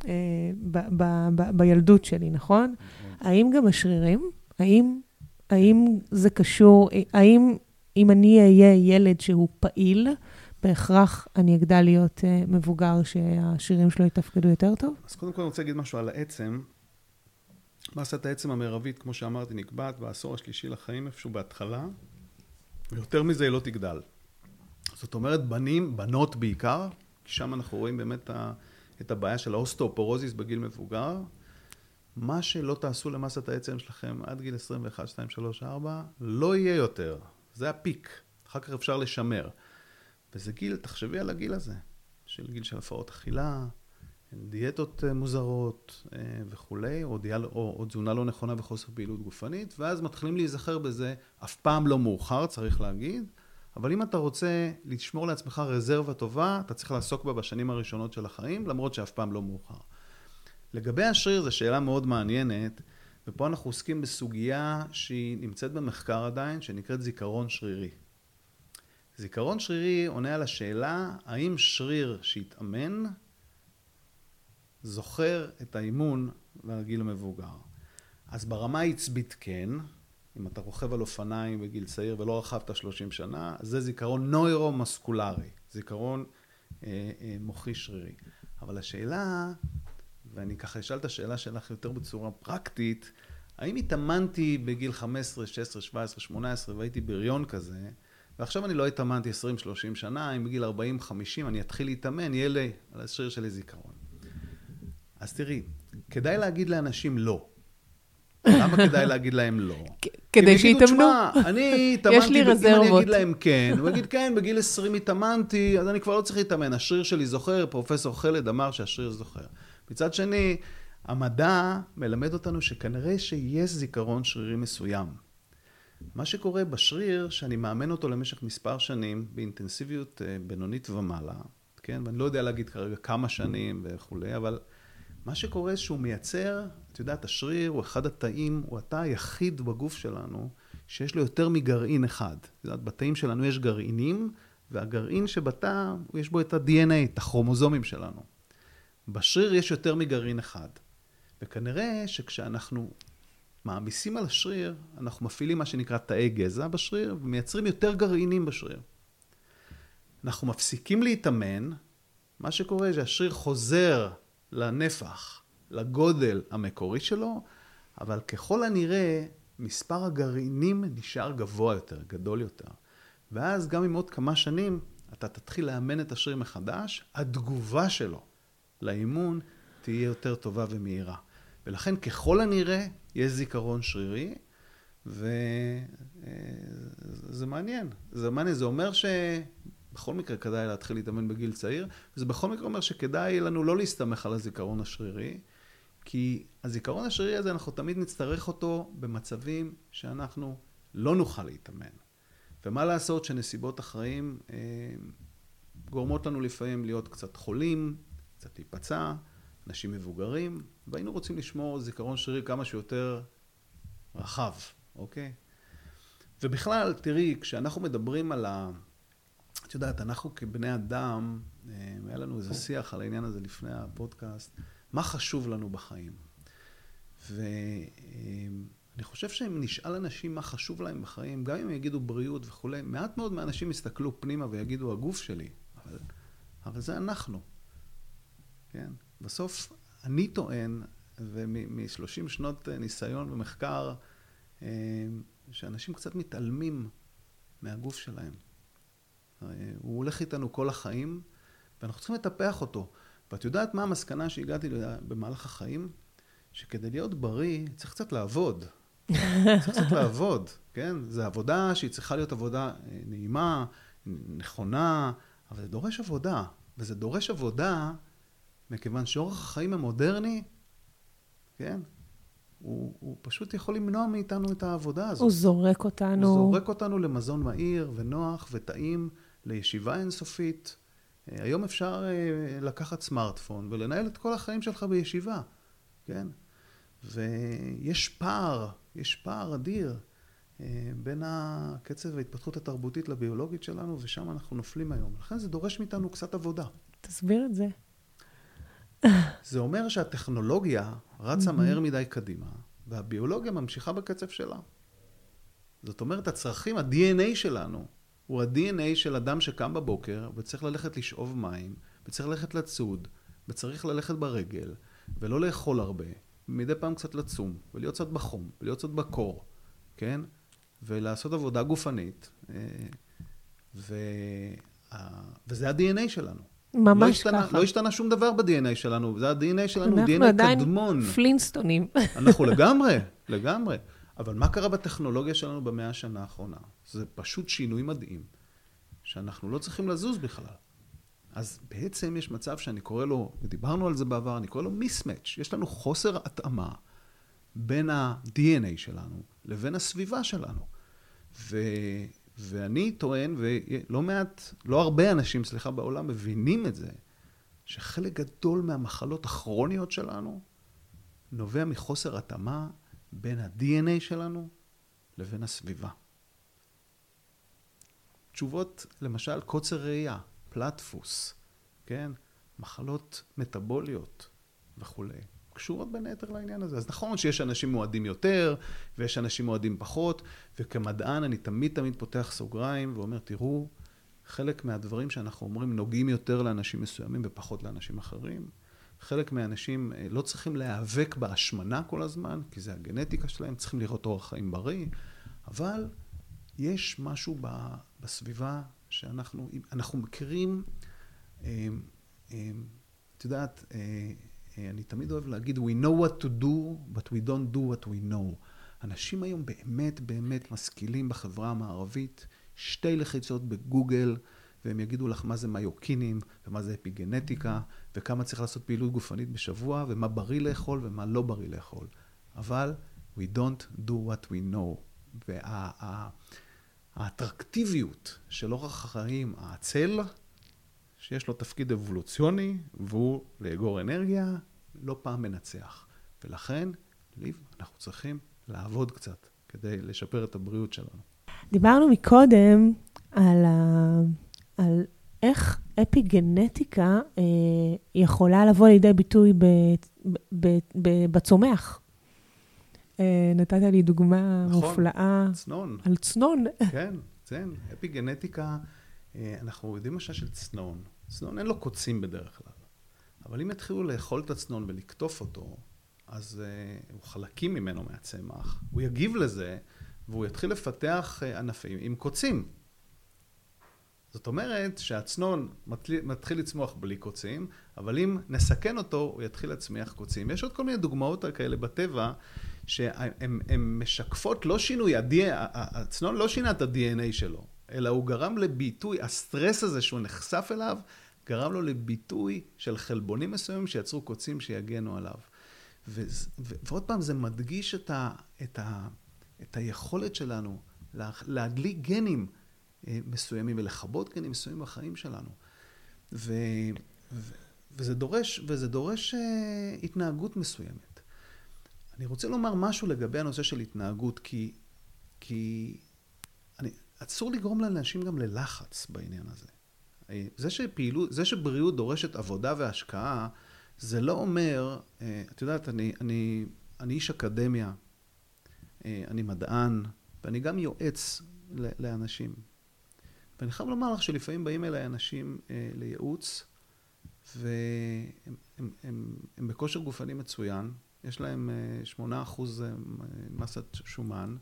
בילדות שלי, נכון? האם גם השרירים? האם זה קשור, האם אם אני אהיה ילד שהוא פעיל, בהכרח אני אגדל להיות מבוגר שהשרירים שלו יתפקדו יותר טוב? אז קודם כל אני רוצה להגיד משהו על העצם. מסת העצם המרבית, כמו שאמרתי, נקבעת בעשור השלישי לחיים, איפשהו בהתחלה, ויותר מזה היא לא תגדל. זאת אומרת, בנות בעיקר, כי שם אנחנו רואים באמת את הבעיה של האוסטאופורוזיס בגיל מבוגר, מה שלא תעשו למסת העצם שלכם עד גיל 21, 2, 3, 4, לא יהיה יותר. זה הפיק. אחר כך אפשר לשמר. וזה גיל, תחשבי על הגיל הזה, של גיל של הפרעות אכילה, דיאטות מוזרות וכולי, או תזונה לא נכונה וחוסר פעילות גופנית, ואז מתחילים להיזכר בזה, אף פעם לא מאוחר, צריך להגיד, אבל אם אתה רוצה לשמור לעצמך רזרבה טובה, אתה צריך לעסוק בה בשנים הראשונות של החיים, למרות שאף פעם לא מאוחר. לגבי השריר, זו שאלה מאוד מעניינת, ופה אנחנו עוסקים בסוגיה שהיא נמצאת במחקר עדיין, שנקראת זיכרון שרירי. זיכרון שרירי עונה על השאלה, האם שריר שהתאמן זוכר את האימון לגיל המבוגר? אז ברמה העצבית כן, אם אתה רוכב על אופניים בגיל צעיר ולא רכבת 30 שנה, זה זיכרון נוירו-מסקולרי, זיכרון מוחי שרירי. אבל השאלה, ואני ככה אשאל את השאלה שלך יותר בצורה פרקטית, האם התאמנתי בגיל 15, 16, 17, 18 והייתי בריון כזה, ועכשיו אני לא התאמנתי 20-30 שנה, אם בגיל 40-50 אני אתחיל להתאמן, יהיה לי על השריר שלי זיכרון. אז תראי, כדאי להגיד לאנשים לא. למה כדאי להגיד להם לא? כדי שיתאמנו. תשמע, אני התאמנתי, אם אני אגיד להם כן, הוא יגיד כן, בגיל 20 התאמנתי, אז אני כבר לא צריך להתאמן, השריר שלי זוכר, פרופסור חלד אמר שהשריר זוכר. מצד שני, המדע מלמד אותנו שכנראה שיש זיכרון שרירי מסוים. מה שקורה בשריר, שאני מאמן אותו למשך מספר שנים, באינטנסיביות בינונית ומעלה, כן? ואני לא יודע להגיד כרגע כמה שנים וכולי, אבל מה שקורה שהוא מייצר, את יודעת, השריר הוא אחד התאים, הוא התא היחיד בגוף שלנו, שיש לו יותר מגרעין אחד. את יודעת, בתאים שלנו יש גרעינים, והגרעין שבתא, יש בו את ה-DNA, את הכרומוזומים שלנו. בשריר יש יותר מגרעין אחד. וכנראה שכשאנחנו מעמיסים על השריר, אנחנו מפעילים מה שנקרא תאי גזע בשריר, ומייצרים יותר גרעינים בשריר. אנחנו מפסיקים להתאמן, מה שקורה שהשריר חוזר לנפח, לגודל המקורי שלו, אבל ככל הנראה, מספר הגרעינים נשאר גבוה יותר, גדול יותר. ואז גם עם עוד כמה שנים, אתה תתחיל לאמן את השריר מחדש, התגובה שלו לאימון תהיה יותר טובה ומהירה. ולכן ככל הנראה, יש זיכרון שרירי, וזה מעניין. זה מעניין, זה אומר שבכל מקרה כדאי להתחיל להתאמן בגיל צעיר, וזה בכל מקרה אומר שכדאי לנו לא להסתמך על הזיכרון השרירי, כי הזיכרון השרירי הזה אנחנו תמיד נצטרך אותו במצבים שאנחנו לא נוכל להתאמן. ומה לעשות שנסיבות החיים גורמות לנו לפעמים להיות קצת חולים, קצת להיפצע, אנשים מבוגרים, והיינו רוצים לשמור זיכרון שרירי כמה שיותר רחב, אוקיי? ובכלל, תראי, כשאנחנו מדברים על את יודעת, אנחנו כבני אדם, היה לנו איזה שיח על העניין הזה לפני הפודקאסט, מה חשוב לנו בחיים? ואני חושב שאם נשאל אנשים מה חשוב להם בחיים, גם אם יגידו בריאות וכו', מעט מאוד מהאנשים יסתכלו פנימה ויגידו הגוף שלי, אבל זה אנחנו. כן? בסוף אני טוען, ומ-30 שנות ניסיון ומחקר, שאנשים קצת מתעלמים מהגוף שלהם. הוא הולך איתנו כל החיים, ואנחנו צריכים לטפח אותו. ואת יודעת מה המסקנה שהגעתי במהלך החיים? שכדי להיות בריא צריך קצת לעבוד. צריך קצת לעבוד, כן? זו עבודה שהיא צריכה להיות עבודה נעימה, נכונה, אבל זה דורש עבודה. וזה דורש עבודה מכיוון שאורח החיים המודרני, כן? הוא פשוט יכול למנוע מאיתנו את העבודה הזאת. הוא זורק אותנו למזון מהיר ונוח וטעים, לישיבה אינסופית. היום אפשר לקחת סמארטפון ולנהל את כל החיים שלך בישיבה, כן? ויש פער אדיר בין הקצב וההתפתחות התרבותית לביולוגית שלנו, ושם אנחנו נופלים היום. לכן זה דורש מאיתנו קצת עבודה. תסביר את זה. זה אומר שהטכנולוגיה רצה מהר מדי קדימה, והביולוגיה ממשיכה בקצב שלה. זאת אומרת, הצרכים, ה-DNA שלנו, הוא ה-DNA של אדם שקם בבוקר, וצריך ללכת לשאוב מים, וצריך ללכת לצוד, וצריך ללכת ברגל, ולא לאכול הרבה, מדי פעם קצת לצום, ולהיות קצת בחום, ולהיות קצת בקור, כן? ולעשות עבודה גופנית, וזה ה-DNA שלנו. ממש ככה. לא השתנה שום דבר ב-DNA שלנו, זה ה-DNA שלנו, DNA קדמון. אנחנו עדיין פלינסטונים. אנחנו לגמרי. אבל מה קרה בטכנולוגיה שלנו במאה השנה האחרונה? זה פשוט שינוי מדהים, שאנחנו לא צריכים לזוז בכלל. אז בעצם יש מצב שאני קורא לו, ודיברנו על זה בעבר, אני קורא לו מיסמץ'. יש לנו חוסר התאמה בין ה-DNA שלנו לבין הסביבה שלנו. ואני טוען, לא הרבה אנשים, בעולם מבינים את זה, שחלק גדול מהמחלות הכרוניות שלנו נובע מחוסר התאמה בין ה-DNA שלנו לבין הסביבה. תשובות, למשל, קוצר ראייה, פלטפוס, כן? מחלות מטאבוליות וכו'. קשורות בין היתר לעניין הזה. אז נכון שיש אנשים מועדים יותר, ויש אנשים מועדים פחות, וכמדען אני תמיד פותח סוגריים ואומר, תראו, חלק מהדברים שאנחנו אומרים נוגעים יותר לאנשים מסוימים ופחות לאנשים אחרים. חלק מהאנשים לא צריכים להיאבק בהשמנה כל הזמן, כי זה הגנטיקה שלהם, צריכים לראות אורח חיים בריא, אבל יש משהו בסביבה שאנחנו מכירים, את יודעת, אני תמיד אוהב להגיד, we know what to do, but we don't do what we know. אנשים היום באמת משכילים בחברה המערבית, 2 לחיצות בגוגל, והם יגידו לך מה זה מיוקינים, ומה זה אפיגנטיקה, וכמה צריך לעשות פעילות גופנית בשבוע, ומה בריא לאכול ומה לא בריא לאכול. אבל we don't do what we know. והאטרקטיביות של אורח החיים, העצל, שיש לו תפקיד אבולוציוני, והוא לאגור אנרגיה, לא פעם מנצח. ולכן, ליב, אנחנו צריכים לעבוד קצת, כדי לשפר את הבריאות שלנו. דיברנו מקודם על איך אפיגנטיקה יכולה לבוא לידי ביטוי בצומח. נתת לי דוגמה מופלאה. צנון. על צנון. כן, אפיגנטיקה, אנחנו יודעים משהו של צנון. צנון אין לו קוצים בדרך כלל. אבל אם יתחילו לאכול את הצנון ולקטוף אותו, אז הוא חלקים ממנו מהצמח, הוא יגיב לזה, והוא יתחיל לפתח ענפים עם קוצים. זאת אומרת שהצנון מתחיל לצמוח בלי קוצים, אבל אם נסכן אותו, הוא יתחיל לצמיח קוצים. יש עוד כל מיני דוגמאות כאלה בטבע, שהן משקפות לא שינוי, הצנון לא שינה את ה-DNA שלו, אלא הוא גרם לביטוי, הסטרס הזה שהוא נחשף אליו, גרם לו לביטוי של חלבונים מסוימים שיצרו קוצים שיגנו עליו. ועוד פעם זה מדגיש את היכולת שלנו להדליק גנים מסוימים ולכבות גנים מסוימים בחיים שלנו. וזה דורש התנהגות מסוימת. אני רוצה לומר משהו לגבי הנושא של התנהגות, כי אסור לגרום לאנשים גם ללחץ בעניין הזה. זה שבריאות דורשת עבודה והשקעה, זה לא אומר, את יודעת, אני איש אקדמיה, אני מדען, ואני גם יועץ לאנשים. ואני חייב לומר לך שלפעמים באים אליי אנשים לייעוץ, והם בכושר גופני מצוין, יש להם 8% מסת שומן,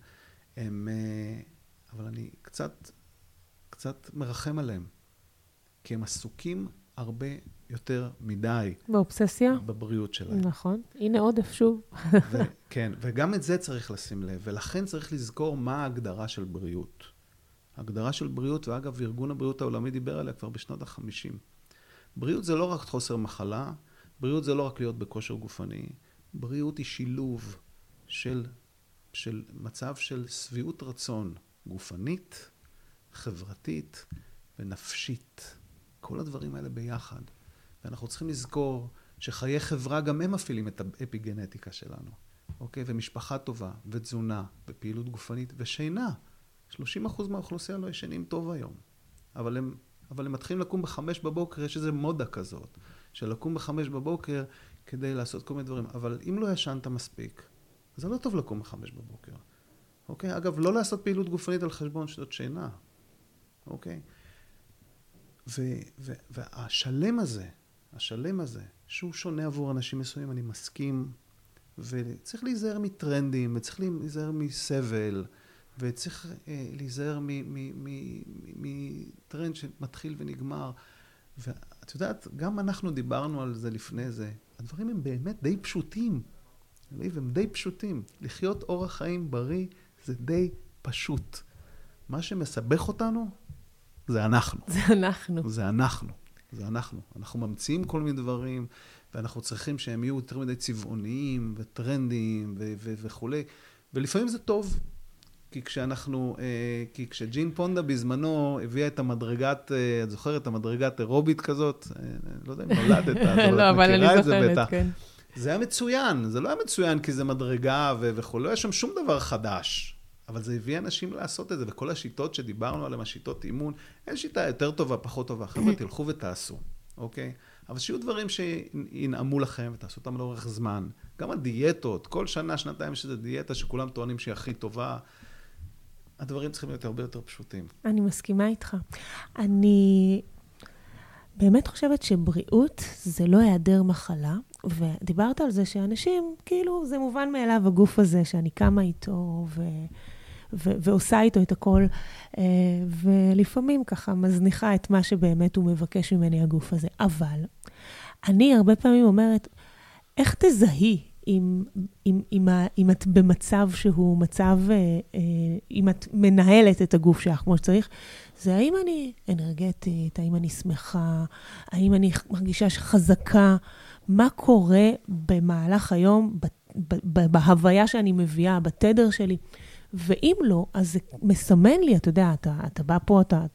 אבל אני קצת מרחם עליהם, כי הם עסוקים הרבה יותר מדי. באובססיה? בבריאות שלהם. נכון. הנה עודף שוב. כן, וגם את זה צריך לשים לב, ולכן צריך לזכור מה ההגדרה של בריאות. ההגדרה של בריאות, ואגב, ארגון הבריאות העולמי דיבר עליה כבר בשנות ה-50. בריאות זה לא רק חוסר מחלה, בריאות זה לא רק להיות בכושר גופני, בריאות היא שילוב של מצב של שביעות רצון גופנית, חברתית ונפשית. כל הדברים האלה ביחד. ואנחנו צריכים לזכור שחיי חברה גם הם מפעילים את האפיגנטיקה שלנו. אוקיי? ומשפחה טובה, ותזונה, ופעילות גופנית, ושינה. 30% מהאוכלוסייה לא ישנים טוב היום. אבל הם מתחילים לקום ב-5 בבוקר, יש איזו מודה כזאת, של לקום ב-5 בבוקר כדי לעשות כל מיני דברים. אבל אם לא ישנת מספיק, זה לא טוב לקום ב-5 בבוקר. אוקיי? אגב, לא לעשות פעילות גופנית על חשבון שעות שינה. אוקיי? והשלם הזה, שהוא שונה עבור אנשים מסוימים, אני מסכים, וצריך להיזהר מטרנדים, וצריך להיזהר מסבל, וצריך להיזהר מטרנד שמתחיל ונגמר. ואת יודעת, גם אנחנו דיברנו על זה לפני זה, הדברים הם באמת די פשוטים. הם די פשוטים. לחיות אורח חיים בריא זה די פשוט. מה שמסבך אותנו זה אנחנו. זה אנחנו. אנחנו ממציאים כל מיני דברים, ואנחנו צריכים שהם יהיו יותר מדי צבעוניים וטרנדיים וכו'. ולפעמים זה טוב, כי כשג'ין פונדה בזמנו הביאה את המדרגת, את זוכרת, המדרגת אירובית כזאת, לא יודע אם נולדת, לא, אבל אני זוכרת, כן. זה היה מצוין, זה לא היה מצוין כי זה מדרגה וכו', לא היה שם שום דבר חדש. אבל זה הביא אנשים לעשות את זה, וכל השיטות שדיברנו עליהן, השיטות אימון, אין שיטה יותר טובה, פחות טובה, חבר'ה, תלכו ותעשו, אוקיי? אבל שיהיו דברים שינעמו לכם ותעשו אותם לאורך זמן. גם הדיאטות, כל שנה, שנתיים שזה דיאטה שכולם טוענים שהיא הכי טובה, הדברים צריכים להיות הרבה יותר פשוטים. אני מסכימה איתך. אני באמת חושבת שבריאות זה לא היעדר מחלה, ודיברת על זה שאנשים, כאילו, זה מובן מאליו הגוף הזה שאני קמה איתו ועושה איתו את הכל, ולפעמים ככה מזניחה את מה שבאמת הוא מבקש ממני הגוף הזה. אבל אני הרבה פעמים אומרת, איך תזהי אם את במצב שהוא מצב, אם את מנהלת את הגוף שלך כמו שצריך, זה האם אני אנרגטית, האם אני שמחה, האם אני מרגישה חזקה, מה קורה במהלך היום, בהוויה שאני מביאה, בתדר שלי, ואם לא, אז זה מסמן לי, אתה יודע, אתה בא פה, אתה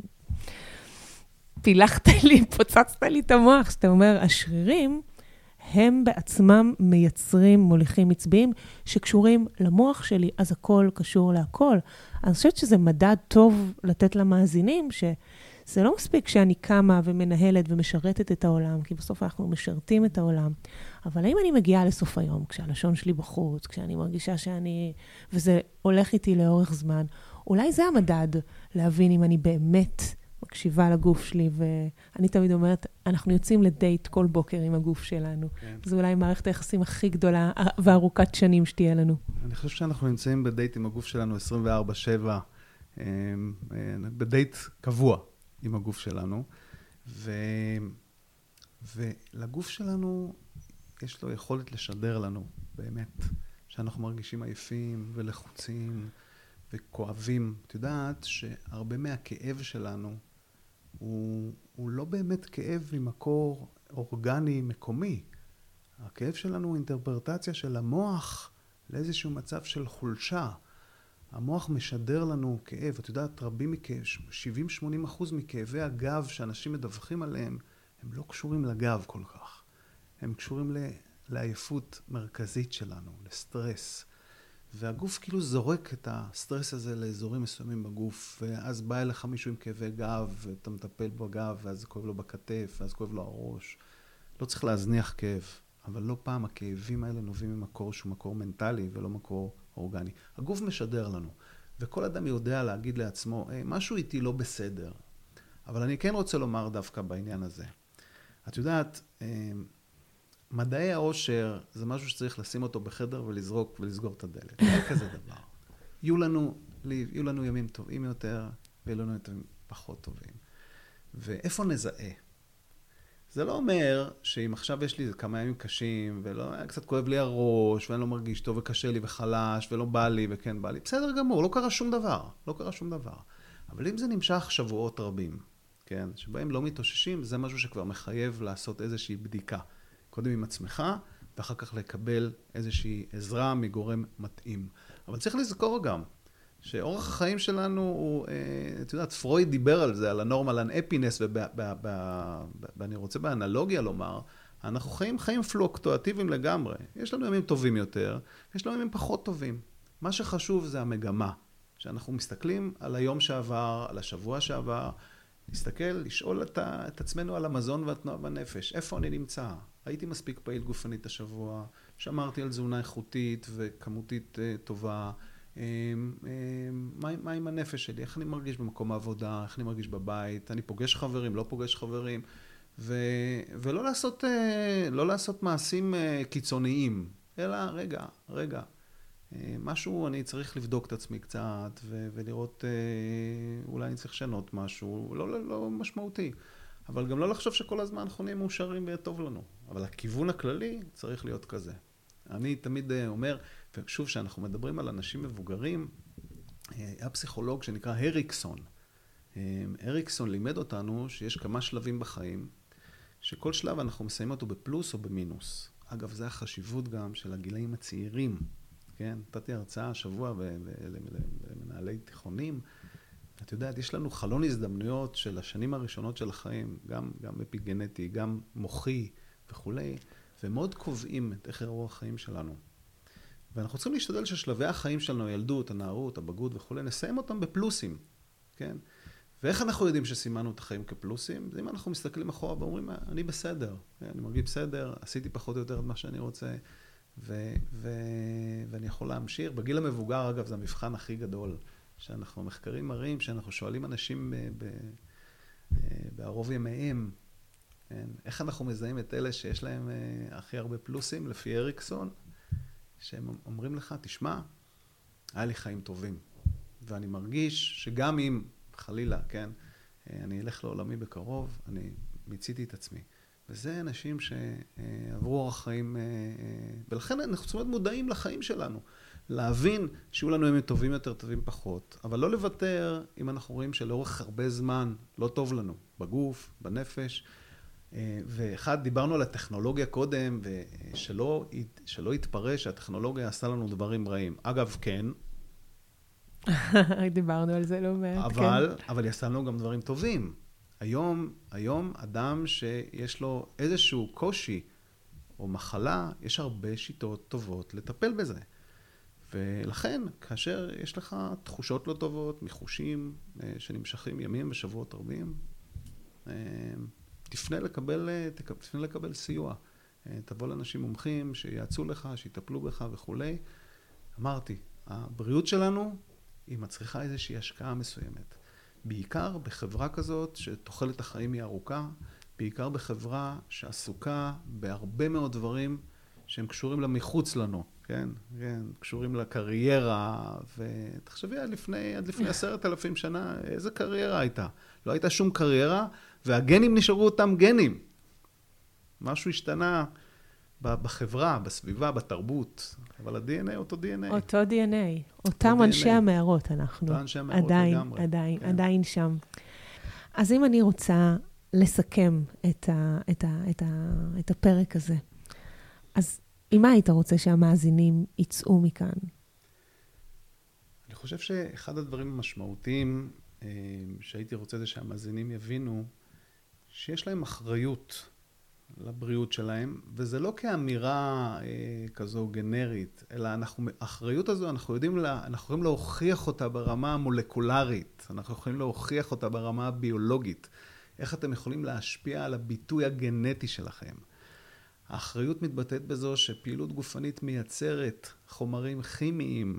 פילחת לי, פוצצת לי את המוח, שאתה אומר, השרירים, הם בעצמם מייצרים מוליכים מצביעים שקשורים למוח שלי, אז הכל קשור להכל. אני חושבת שזה מדד טוב לתת למאזינים, שזה לא מספיק שאני קמה ומנהלת ומשרתת את העולם, כי בסוף אנחנו משרתים את העולם. אבל האם אני מגיעה לסוף היום, כשהלשון שלי בחוץ, כשאני מרגישה וזה הולך איתי לאורך זמן, אולי זה המדד להבין אם אני באמת מקשיבה לגוף שלי, ואני תמיד אומרת, אנחנו יוצאים לדייט כל בוקר עם הגוף שלנו. כן. זו אולי מערכת היחסים הכי גדולה וארוכת שנים שתהיה לנו. אני חושב שאנחנו נמצאים בדייט עם הגוף שלנו 24/7, בדייט קבוע עם הגוף שלנו, ולגוף שלנו יש לו יכולת לשדר לנו, באמת, שאנחנו מרגישים עייפים ולחוצים וכואבים. את יודעת שהרבה מהכאב שלנו הוא לא באמת כאב ממקור אורגני מקומי. הכאב שלנו הוא אינטרפרטציה של המוח לאיזשהו מצב של חולשה. המוח משדר לנו כאב. את יודעת, רבים מכאב, 70-80% מכאבי הגב שאנשים מדווחים עליהם, הם לא קשורים לגב כל כך. הם קשורים לעייפות מרכזית שלנו, לסטרס. והגוף כאילו זורק את הסטרס הזה לאזורים מסוימים בגוף, ואז בא אליך מישהו עם כאבי גב, ואתה מטפל בגב, ואז כואב לו בכתף, ואז כואב לו הראש. לא צריך להזניח כאב, אבל לא פעם הכאבים האלה נובעים ממקור שהוא מקור מנטלי ולא מקור אורגני. הגוף משדר לנו, וכל אדם יודע להגיד לעצמו, משהו איתי לא בסדר. אבל אני כן רוצה לומר דווקא בעניין הזה. את יודעת, מדעי העושר זה משהו שצריך לשים אותו בחדר ולזרוק ולסגור את הדלת. אין כזה דבר. יהיו לנו ימים טובים יותר, ויהיו לנו ימים פחות טובים. ואיפה נזהה? זה לא אומר שאם עכשיו יש לי כמה ימים קשים, קצת כואב לי הראש, ואני לא מרגיש טוב וקשה לי וחלש, ולא בא לי וכן בא לי, בסדר גמור, לא קרה שום דבר. לא קרה שום דבר. אבל אם זה נמשך שבועות רבים, כן, שבהם לא מתאוששים, זה משהו שכבר מחייב לעשות איזושהי בדיקה. קודם עם עצמך, ואחר כך לקבל איזושהי עזרה מגורם מתאים. אבל צריך לזכור גם, שאורח החיים שלנו הוא, את יודעת, פרויד דיבר על זה, על הנורמל, על אפינס, ואני רוצה באנלוגיה לומר, אנחנו חיים פלוקטואטיביים לגמרי. יש לנו ימים טובים יותר, יש לנו ימים פחות טובים. מה שחשוב זה המגמה, שאנחנו מסתכלים על היום שעבר, על השבוע שעבר, להסתכל, לשאול את עצמנו על המזון והתנועה בנפש. איפה אני נמצא? הייתי מספיק פעיל גופנית השבוע, שמרתי על תזונה איכותית וכמותית טובה. מה עם הנפש שלי? איך אני מרגיש במקום העבודה? איך אני מרגיש בבית? אני פוגש חברים, לא פוגש חברים? ולא לעשות מעשים קיצוניים, אלא רגע. משהו אני צריך לבדוק את עצמי קצת ולראות אולי אני צריך לשנות משהו, לא משמעותי. אבל גם לא לחשוב שכל הזמן אנחנו נהיה מאושרים וטוב לנו. אבל הכיוון הכללי צריך להיות כזה. אני תמיד אומר, ושוב שאנחנו מדברים על אנשים מבוגרים, היה פסיכולוג שנקרא הריקסון. הריקסון לימד אותנו שיש כמה שלבים בחיים, שכל שלב אנחנו מסיימים אותו בפלוס או במינוס. אגב, זה החשיבות גם של הגילאים הצעירים. כן, נתתי הרצאה השבוע למנהלי תיכונים. את יודעת, יש לנו חלון הזדמנויות של השנים הראשונות של החיים, גם אפיגנטי, גם מוחי וכו', ומאוד קובעים את איך יראו החיים שלנו. ואנחנו צריכים להשתדל ששלבי החיים שלנו, הילדות, הנערות, הבגרות וכו', נסיים אותם בפלוסים, כן? ואיך אנחנו יודעים שסימנו את החיים כפלוסים? זה אם אנחנו מסתכלים אחורה ואומרים, אני בסדר, אני מרגיש בסדר, עשיתי פחות או יותר את מה שאני רוצה, ואני יכול להמשיך. בגיל המבוגר, אגב, זה המבחן הכי גדול, שאנחנו מחקרים מראים, שאנחנו שואלים אנשים בערוב ימיהם, איך אנחנו מזהים את אלה שיש להם הכי הרבה פלוסים, לפי הריקסון, שהם אומרים לך, תשמע, היה לי חיים טובים, ואני מרגיש שגם אם, חלילה, כן, אני אלך לעולמי בקרוב, אני מיציתי את עצמי. וזה אנשים שעברו אורח חיים, ולכן אנחנו צריכים להיות מודעים לחיים שלנו. להבין שיהיו לנו ימים טובים יותר, טובים פחות, אבל לא לוותר אם אנחנו רואים שלאורך הרבה זמן לא טוב לנו, בגוף, בנפש. ואחד, דיברנו על הטכנולוגיה קודם, ושלא יתפרש שהטכנולוגיה עשה לנו דברים רעים. אגב, כן. דיברנו על זה לא מעט, כן. אבל יעשה לנו גם דברים טובים. היום אדם שיש לו איזשהו קושי או מחלה, יש הרבה שיטות טובות לטפל בזה. ולכן, כאשר יש לך תחושות לא טובות, מחושים שנמשכים ימים ושבועות רבים, תפנה לקבל סיוע. תבוא לאנשים מומחים שיעצו לך, שיטפלו בך וכו'. אמרתי, הבריאות שלנו היא מצריכה איזושהי השקעה מסוימת. בעיקר בחברה כזאת שתוחלת החיים היא ארוכה, בעיקר בחברה שעסוקה בהרבה מאוד דברים שהם קשורים למחוץ לנו, כן? כן, קשורים לקריירה, ותחשבי עד לפני 10,000 שנה, איזה קריירה הייתה? לא הייתה שום קריירה, והגנים נשארו אותם גנים. משהו השתנה בחברה, בסביבה, בתרבות, אבל ה-DNA אותו DNA. אותו DNA. אותם אנשי המערות אנחנו. אותם אנשי המערות לגמרי. עדיין שם. אז אם אני רוצה לסכם את הפרק הזה, אז עם מה היית רוצה שהמאזינים יצאו מכאן? אני חושב שאחד הדברים המשמעותיים שהייתי רוצה זה שהמאזינים יבינו שיש להם אחריות לבריאות שלהם, וזה לא כאמירה כזו גנרית, אלא האחריות הזו, אנחנו יכולים להוכיח אותה ברמה המולקולרית, אנחנו יכולים להוכיח אותה ברמה הביולוגית, איך אתם יכולים להשפיע על הביטוי הגנטי שלכם. האחריות מתבטאת בזו שפעילות גופנית מייצרת חומרים כימיים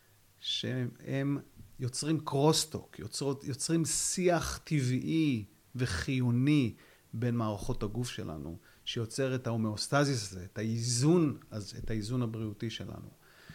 שהם יוצרים קרוסטוק, יוצרים שיח טבעי וחיוני בין מערכות הגוף שלנו, שיוצר את ההומאוסטזיס הזה, את האיזון הבריאותי שלנו.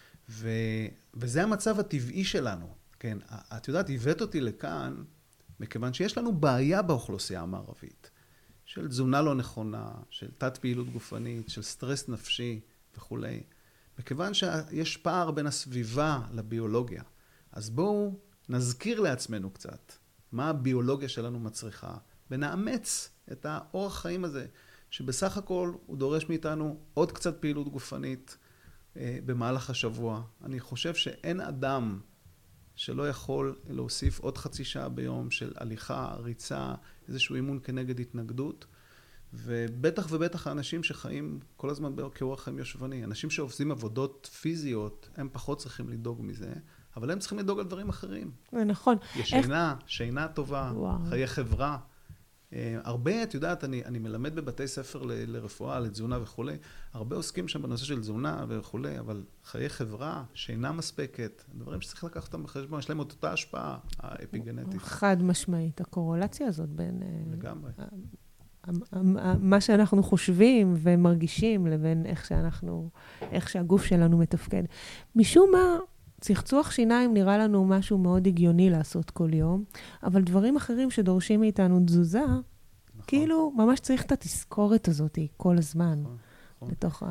וזה המצב הטבעי שלנו. כן, את יודעת, הבאת אותי לכאן, מכיוון שיש לנו בעיה באוכלוסייה המערבית, של תזונה לא נכונה, של תת פעילות גופנית, של סטרס נפשי וכו'. מכיוון שיש פער בין הסביבה לביולוגיה, אז בואו נזכיר לעצמנו קצת מה הביולוגיה שלנו מצריכה, ונאמץ את האורח חיים הזה, שבסך הכל הוא דורש מאיתנו עוד קצת פעילות גופנית במהלך השבוע. אני חושב שאין אדם שלא יכול להוסיף עוד חצי שעה ביום של הליכה, ריצה, איזשהו אימון כנגד התנגדות, ובטח ובטח האנשים שחיים כל הזמן כאורח חיים יושבני, אנשים שעושים עבודות פיזיות, הם פחות צריכים לדאוג מזה, אבל הם צריכים לדאוג על דברים אחרים. נכון. יש שינה טובה, חיי חברה. הרבה, את יודעת, אני מלמד בבתי ספר לרפואה, לתזונה וכו', הרבה עוסקים שם בנושא של תזונה וכו', אבל חיי חברה, שינה מספקת, דברים שצריך לקחת אותם בחשבון, יש להם אותה השפעה האפיגנטית. חד משמעית, הקורולציה הזאת בין לגמרי. מה שאנחנו חושבים ומרגישים לבין איך שהגוף שלנו מתפקד. משום מה, צחצוח שיניים נראה לנו משהו מאוד הגיוני לעשות כל יום, אבל דברים אחרים שדורשים מאיתנו תזוזה, כאילו ממש צריך את התזכורת הזאת כל הזמן. לתוך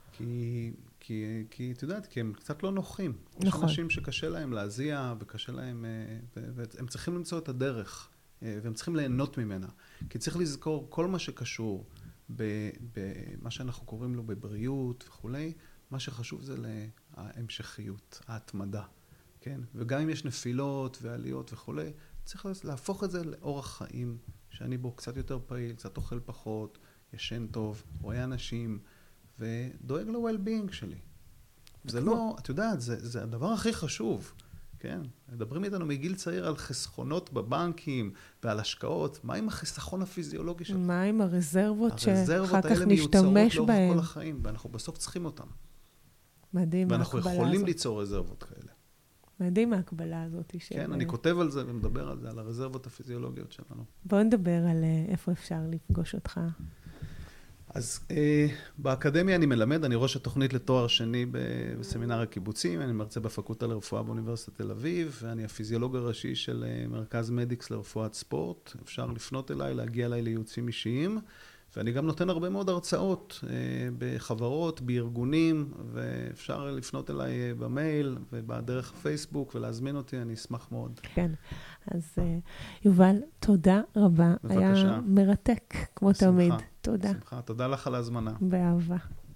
כי את יודעת, כי הם קצת לא נוחים. יש אנשים שקשה להם להזיע וקשה להם, והם צריכים למצוא את הדרך, והם צריכים ליהנות ממנה. כי צריך לזכור כל מה שקשור במה שאנחנו קוראים לו בבריאות וכולי, מה שחשוב זה ההמשכיות, ההתמדה, כן? וגם אם יש נפילות ועליות וכולי, צריך להפוך את זה לאורח חיים, שאני בו קצת יותר פעיל, קצת אוכל פחות, ישן טוב, רואה אנשים, ודואג ל-well-being שלי. זה לא, את יודעת, זה הדבר הכי חשוב, כן? מדברים איתנו מגיל צעיר על חסכונות בבנקים ועל השקעות. מה עם החיסכון הפיזיולוגי שלך? מה עם הרזרבות שאחר כך נשתמש בהן? הרזרבות האלה מיוצרות לאורך כל החיים, ואנחנו בסוף צריכים אותן. מדהים ואנחנו יכולים ליצור רזרבות כאלה. מדהים ההקבלה הזאת. כן, אני כותב על זה ומדבר על זה, על הרזרבות הפיזיולוגיות שלנו. בואו נדבר על איפה אפשר לפגוש אותך. אז באקדמיה אני מלמד, אני ראש התוכנית לתואר שני בסמינר הקיבוצים, אני מרצה בפקולטה לרפואה באוניברסיטת תל אביב, ואני הפיזיולוג הראשי של מרכז מדיקס לרפואת ספורט. אפשר לפנות אליי, להגיע אליי לייעוצים אישיים, ואני גם נותן הרבה מאוד הרצאות בחברות, בארגונים, ואפשר לפנות אליי במייל ובדרך הפייסבוק ולהזמין אותי, אני אשמח מאוד. כן, אז יובל, תודה רבה. בבקשה. היה מרתק, כמו תמיד. תודה. שמחה, תודה לך על ההזמנה. באהבה.